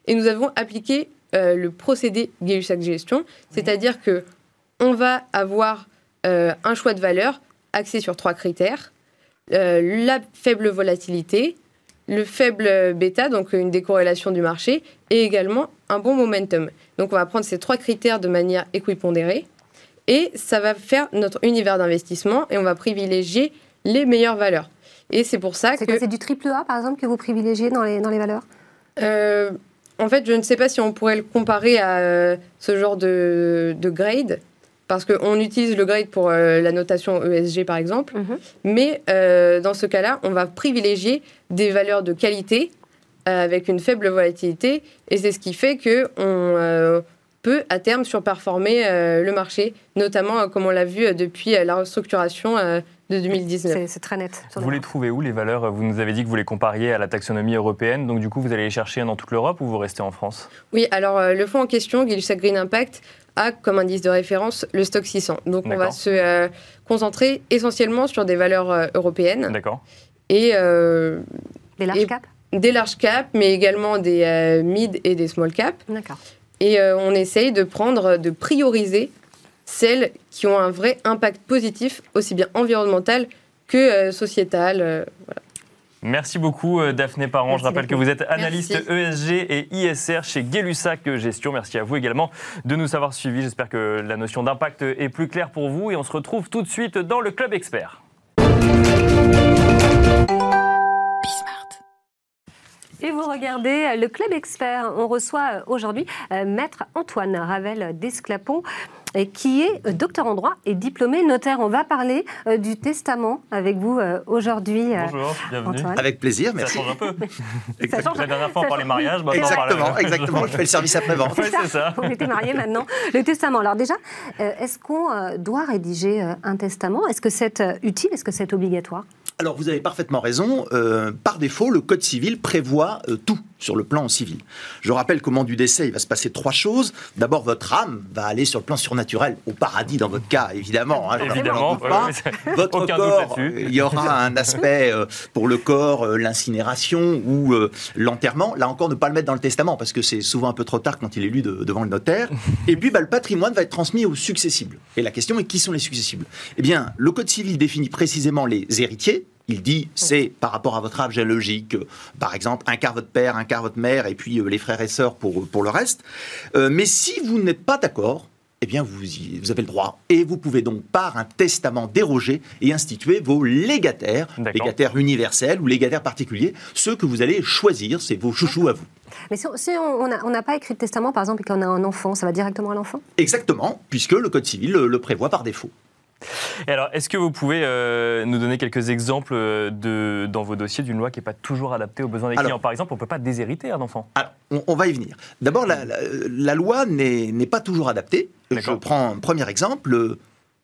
Et nous avons appliqué euh, le procédé Gay-Lussac Gestion, c'est-à-dire qu'on va avoir euh, un choix de valeur axé sur trois critères. Euh, la faible volatilité, le faible bêta, donc une décorrélation du marché, et également un bon momentum. Donc on va prendre ces trois critères de manière équipondérée, et ça va faire notre univers d'investissement, et on va privilégier les meilleures valeurs. Et c'est pour ça c'est que... Quoi, c'est du triple A, par exemple, que vous privilégiez dans les, dans les valeurs euh, En fait, je ne sais pas si on pourrait le comparer à euh, ce genre de, de grade, parce qu'on utilise le grade pour euh, la notation E S G, par exemple. Mm-hmm. Mais euh, dans ce cas-là, on va privilégier des valeurs de qualité euh, avec une faible volatilité. Et c'est ce qui fait qu'on euh, peut, à terme, surperformer euh, le marché, notamment, euh, comme on l'a vu euh, depuis euh, la restructuration euh, de deux mille dix-neuf. C'est, c'est très net. Vous les trouvez où, les valeurs? Vous nous avez dit que vous les compariez à la taxonomie européenne. Donc, du coup, vous allez les chercher dans toute l'Europe ou vous restez en France? Oui, alors euh, le fonds en question, Gay-Lussac Green Impact, a comme indice de référence le stock six cents. Donc, D'accord. on va se euh, concentrer essentiellement sur des valeurs euh, européennes. D'accord. Et, euh, des large et caps Des large caps, mais également des euh, mid et des small caps. D'accord. Et euh, on essaye de prendre, de prioriser celles qui ont un vrai impact positif, aussi bien environnemental que euh, sociétal. Euh, voilà. Merci beaucoup Daphné Parent. Merci. Je rappelle que vous êtes analyste Merci. E S G et I S R chez Gay-Lussac Gestion. Merci à vous également de nous avoir suivis. J'espère que la notion d'impact est plus claire pour vous et on se retrouve tout de suite dans le Club Expert. Et vous regardez le Club Expert. On reçoit aujourd'hui euh, Maître Antoine Ravel d'Esclapon, euh, qui est euh, docteur en droit et diplômé notaire. On va parler euh, du testament avec vous euh, aujourd'hui. Euh, Bonjour, bienvenue. Antoine. Avec plaisir, merci. Ça change un peu. Ça change, La dernière fois, on ça parlait change. mariage. Maintenant, Exactement, on parle... exactement. Je fais le service après-vente. Ouais, c'est ça. On était mariés maintenant. Le testament. Alors déjà, euh, est-ce qu'on euh, doit rédiger euh, un testament? Est-ce que c'est euh, utile? Est-ce que c'est obligatoire? Alors, vous avez parfaitement raison. Euh, par défaut, le Code civil prévoit euh, tout sur le plan civil. Je rappelle qu'au moment du décès, il va se passer trois choses. D'abord, votre âme va aller sur le plan surnaturel, au paradis dans votre cas, évidemment. Hein, évidemment. ouais, pas. Ouais, votre aucun corps, doute là-dessus. il y aura un aspect euh, pour le corps, euh, l'incinération ou euh, l'enterrement. Là encore, ne pas le mettre dans le testament, parce que c'est souvent un peu trop tard quand il est lu de, devant le notaire. Et puis, bah, le patrimoine va être transmis aux successibles. Et la question est, qui sont les successibles? Eh bien, le Code civil définit précisément les héritiers. Il dit, c'est par rapport à votre arbre généalogique, euh, par exemple, un quart votre père, un quart votre mère, et puis euh, les frères et sœurs pour, pour le reste. Euh, mais si vous n'êtes pas d'accord, eh bien, vous, y, vous avez le droit. Et vous pouvez donc, par un testament, déroger et instituer vos légataires, D'accord. légataires universels ou légataires particuliers, ceux que vous allez choisir, c'est vos chouchous à vous. Mais si on n'a on pas écrit de testament, par exemple, et qu'on a un enfant, ça va directement à l'enfant? Exactement, puisque le Code civil le, le prévoit par défaut. Et alors, est-ce que vous pouvez euh, nous donner quelques exemples de, dans vos dossiers d'une loi qui n'est pas toujours adaptée aux besoins des alors, clients? Par exemple, on ne peut pas déshériter un enfant. Alors, on, on va y venir. D'abord, la, la, la loi n'est, n'est pas toujours adaptée. D'accord. Je prends un premier exemple, euh,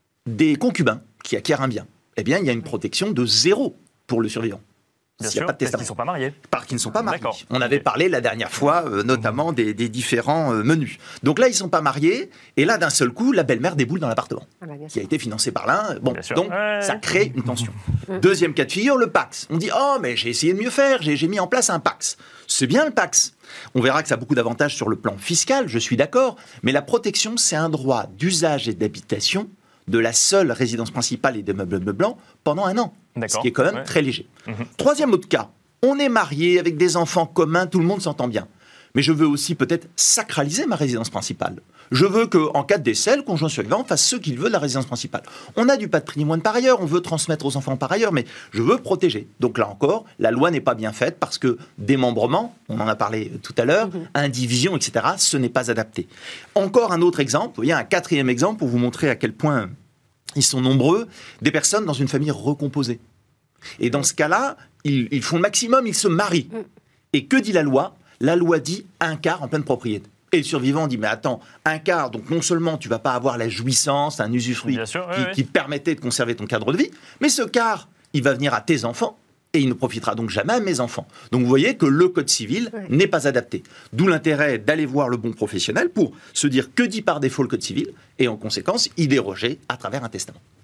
des concubins qui acquièrent un bien. Eh bien, il y a une protection de zéro pour le survivant. Bien S'il n'y sûr, a pas de parce testament. qu'ils ne sont pas mariés. Parce qu'ils ne sont pas mariés. D'accord. On avait Ok. parlé la dernière fois, euh, notamment des, des différents euh, menus. Donc là, ils ne sont pas mariés. Et là, d'un seul coup, la belle-mère déboule dans l'appartement, Ah bah, bien qui sûr. a été financé par l'un. Bon, Bien sûr. donc Ouais. ça crée une tension. Deuxième cas de figure, le Pax. On dit, oh, mais j'ai essayé de mieux faire, j'ai, j'ai mis en place un Pax. C'est bien le Pax. On verra que ça a beaucoup d'avantages sur le plan fiscal, je suis d'accord. Mais la protection, c'est un droit d'usage et d'habitation de la seule résidence principale et des meubles blancs pendant un an. D'accord. Ce qui est quand même Ouais. très léger. Mhm. Troisième autre cas. On est marié avec des enfants communs, tout le monde s'entend bien. Mais je veux aussi peut-être sacraliser ma résidence principale. Je veux qu'en cas de décès, le conjoint survivant fasse ce qu'il veut de la résidence principale. On a du patrimoine par ailleurs, on veut transmettre aux enfants par ailleurs, mais je veux protéger. Donc là encore, la loi n'est pas bien faite parce que démembrement, on en a parlé tout à l'heure, mmh. indivision, et cetera, ce n'est pas adapté. Encore un autre exemple, vous voyez, un quatrième exemple pour vous montrer à quel point ils sont nombreux, des personnes dans une famille recomposée. Et dans ce cas-là, ils, ils font le maximum, ils se marient. Et que dit la loi? La loi dit un quart en pleine propriété. Et le survivant dit, mais attends, un quart, donc non seulement tu vas pas avoir la jouissance, un usufruit Bien sûr, qui, oui, oui. qui permettait de conserver ton cadre de vie, mais ce quart, il va venir à tes enfants, et il ne profitera donc jamais à mes enfants. Donc vous voyez que le Code civil Oui. n'est pas adapté. D'où l'intérêt d'aller voir le bon professionnel pour se dire que dit par défaut le Code civil, et en conséquence, y déroger à travers un testament.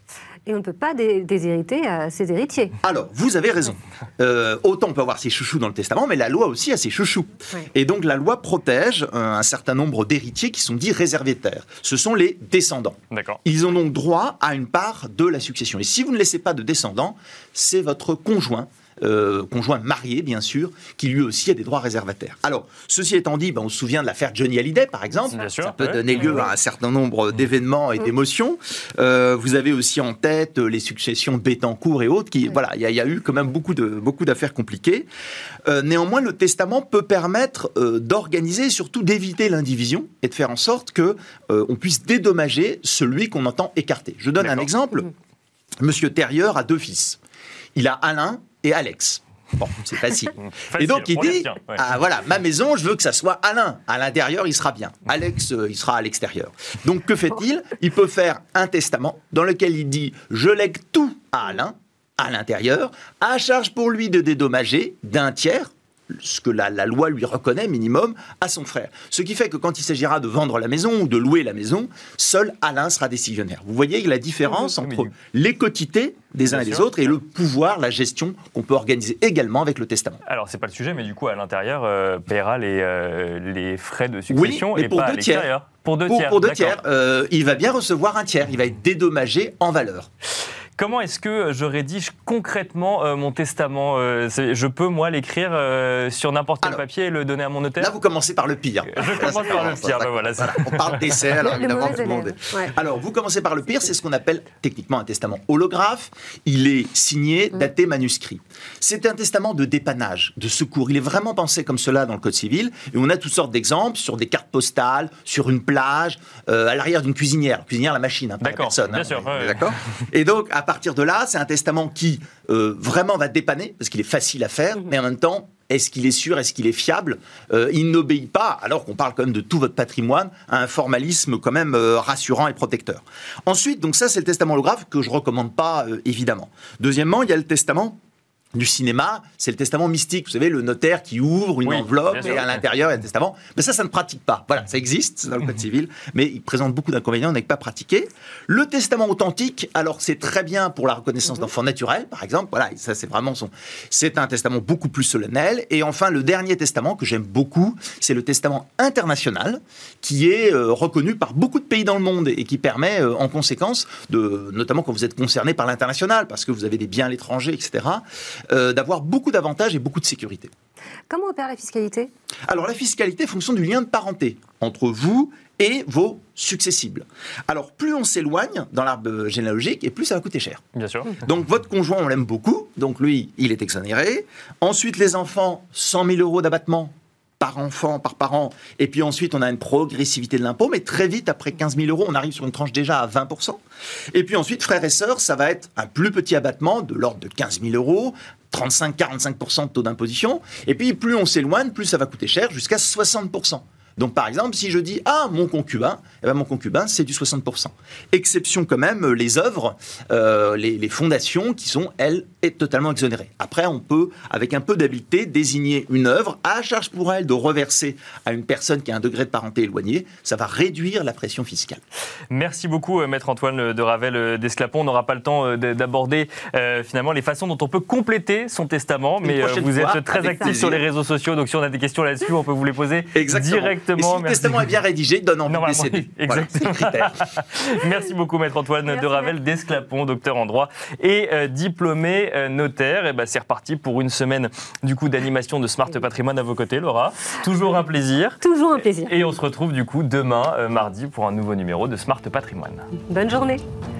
Et on ne peut pas dé- déshériter à ses héritiers. Alors, vous avez raison. Euh, autant on peut avoir ses chouchous dans le testament, mais la loi aussi a ses chouchous. Ouais. Et donc, la loi protège un, un certain nombre d'héritiers qui sont dits réservétaires. Ce sont les descendants. D'accord. Ils ont donc droit à une part de la succession. Et si vous ne laissez pas de descendants, c'est votre conjoint, euh, conjoint marié bien sûr, qui lui aussi a des droits réservataires. Alors, ceci étant dit, ben, on se souvient de l'affaire Johnny Hallyday par exemple. Bien sûr, Ça peut ouais. donner lieu à un certain nombre d'événements et d'émotions. Euh, vous avez aussi en tête les successions de Bettencourt et autres. Qui, voilà, il y, y a eu quand même beaucoup de beaucoup d'affaires compliquées. Euh, néanmoins, le testament peut permettre euh, d'organiser et surtout d'éviter l'indivision et de faire en sorte que euh, on puisse dédommager celui qu'on entend écarter. Je donne un D'accord. exemple. Monsieur Terrieur a deux fils. Il a Alain et Alex. Bon, c'est facile. Facile, Et donc il on les dit, retient, ouais. ah, voilà, ma maison, je veux que ça soit Alain. À l'intérieur, il sera bien. Alex, euh, il sera à l'extérieur. Donc que fait-il? Il peut faire un testament dans lequel il dit, je lègue tout à Alain, à l'intérieur, à charge pour lui de dédommager d'un tiers, ce que la, la loi lui reconnaît minimum, à son frère. Ce qui fait que quand il s'agira de vendre la maison ou de louer la maison, seul Alain sera décisionnaire. Vous voyez la différence Oui, entre oui. les quotités des Bien uns et des sûr. autres et le pouvoir, la gestion qu'on peut organiser également avec le testament. Alors, c'est pas le sujet, mais du coup, à l'intérieur, euh, paiera les, euh, les frais de succession Oui, mais et pour pas à deux tiers. l'extérieur. Pour deux Pour, tiers. pour deux d'accord. tiers, euh, il va bien recevoir un tiers. Il va être dédommagé en valeur. Comment est-ce que je rédige concrètement euh, mon testament euh, c'est- Je peux, moi, l'écrire euh, sur n'importe quel Alors, papier et le donner à mon notaire Là, vous commencez par le pire. Je commence par le pire, ben voilà, c'est- On parle d'essai, alors Le- le évidemment, mauvais tout le monde élève, est- ouais. Alors, vous commencez par le pire, c'est ce qu'on appelle techniquement un testament holographe. Il est signé, Mm. daté, manuscrit. C'est un testament de dépannage, de secours. Il est vraiment pensé comme cela dans le Code civil. Et on a toutes sortes d'exemples sur des cartes postales, sur une plage, euh, à l'arrière d'une cuisinière. Cuisinière, la machine, hein, pas la D'accord, personne. bien hein, sûr, on est ouais, ouais. D'accord. Et donc, à partir de là, c'est un testament qui euh, vraiment va dépanner, parce qu'il est facile à faire, mais en même temps, est-ce qu'il est sûr, est-ce qu'il est fiable? Euh, Il n'obéit pas, alors qu'on parle quand même de tout votre patrimoine, à un formalisme quand même euh, rassurant et protecteur. Ensuite, donc ça, c'est le testament holographe que je ne recommande pas, euh, évidemment. Deuxièmement, il y a le testament du cinéma, c'est le testament mystique. Vous savez, le notaire qui ouvre une Oui, enveloppe bien sûr. et à l'intérieur, il y a le testament. Mais ça, ça ne pratique pas. Voilà, ça existe, c'est dans le Code civil, mais il présente beaucoup d'inconvénients, on n'est pas pratiqué. Le testament authentique, alors c'est très bien pour la reconnaissance d'enfants naturels, par exemple. Voilà, et ça, c'est vraiment son. C'est un testament beaucoup plus solennel. Et enfin, le dernier testament que j'aime beaucoup, c'est le testament international, qui est euh, reconnu par beaucoup de pays dans le monde et qui permet, euh, en conséquence, de, notamment quand vous êtes concerné par l'international, parce que vous avez des biens à l'étranger, et cetera, euh, d'avoir beaucoup d'avantages et beaucoup de sécurité. Comment opère la fiscalité? Alors la fiscalité fonctionne du lien de parenté entre vous et vos successibles. Alors plus on s'éloigne dans l'arbre généalogique et plus ça va coûter cher. Bien sûr. Donc votre conjoint, on l'aime beaucoup, donc lui, il est exonéré. Ensuite les enfants, cent mille euros d'abattement par enfant, par parent. Et puis ensuite, on a une progressivité de l'impôt, mais très vite, après quinze mille euros, on arrive sur une tranche déjà à vingt pour cent. Et puis ensuite, frères et sœurs, ça va être un plus petit abattement de l'ordre de quinze mille euros, trente-cinq à quarante-cinq pour cent de taux d'imposition. Et puis, plus on s'éloigne, plus ça va coûter cher, jusqu'à soixante pour cent. Donc, par exemple, si je dis « Ah, mon concubin », eh ben, mon concubin, c'est du soixante pour cent. Exception quand même, les œuvres, euh, les, les fondations qui sont, elles, est totalement exonérées. Après, on peut, avec un peu d'habileté, désigner une œuvre à charge pour elle de reverser à une personne qui a un degré de parenté éloigné. Ça va réduire la pression fiscale. Merci beaucoup, euh, Maître Antoine de Ravel euh, d'Esclapon. On n'aura pas le temps euh, d- d'aborder euh, finalement les façons dont on peut compléter son testament, Une mais euh, prochaine vous fois, êtes très avec actif plaisir. sur les réseaux sociaux, donc si on a des questions là-dessus, on peut vous les poser Exactement. directement. Et si le Merci. testament est bien rédigé, il donne envie de Normalement, décéder. oui, Voilà, c'est le critère. Merci beaucoup, Maître Antoine Merci, de Ravel d'Esclapon, docteur en droit et euh, diplômé euh, notaire. Et ben, c'est reparti pour une semaine du coup d'animation de Smart Patrimoine à vos côtés, Laura. Toujours un plaisir. Toujours un plaisir. Et on se retrouve du coup demain, euh, mardi, pour un nouveau numéro de Smart Patrimoine. Bonne journée.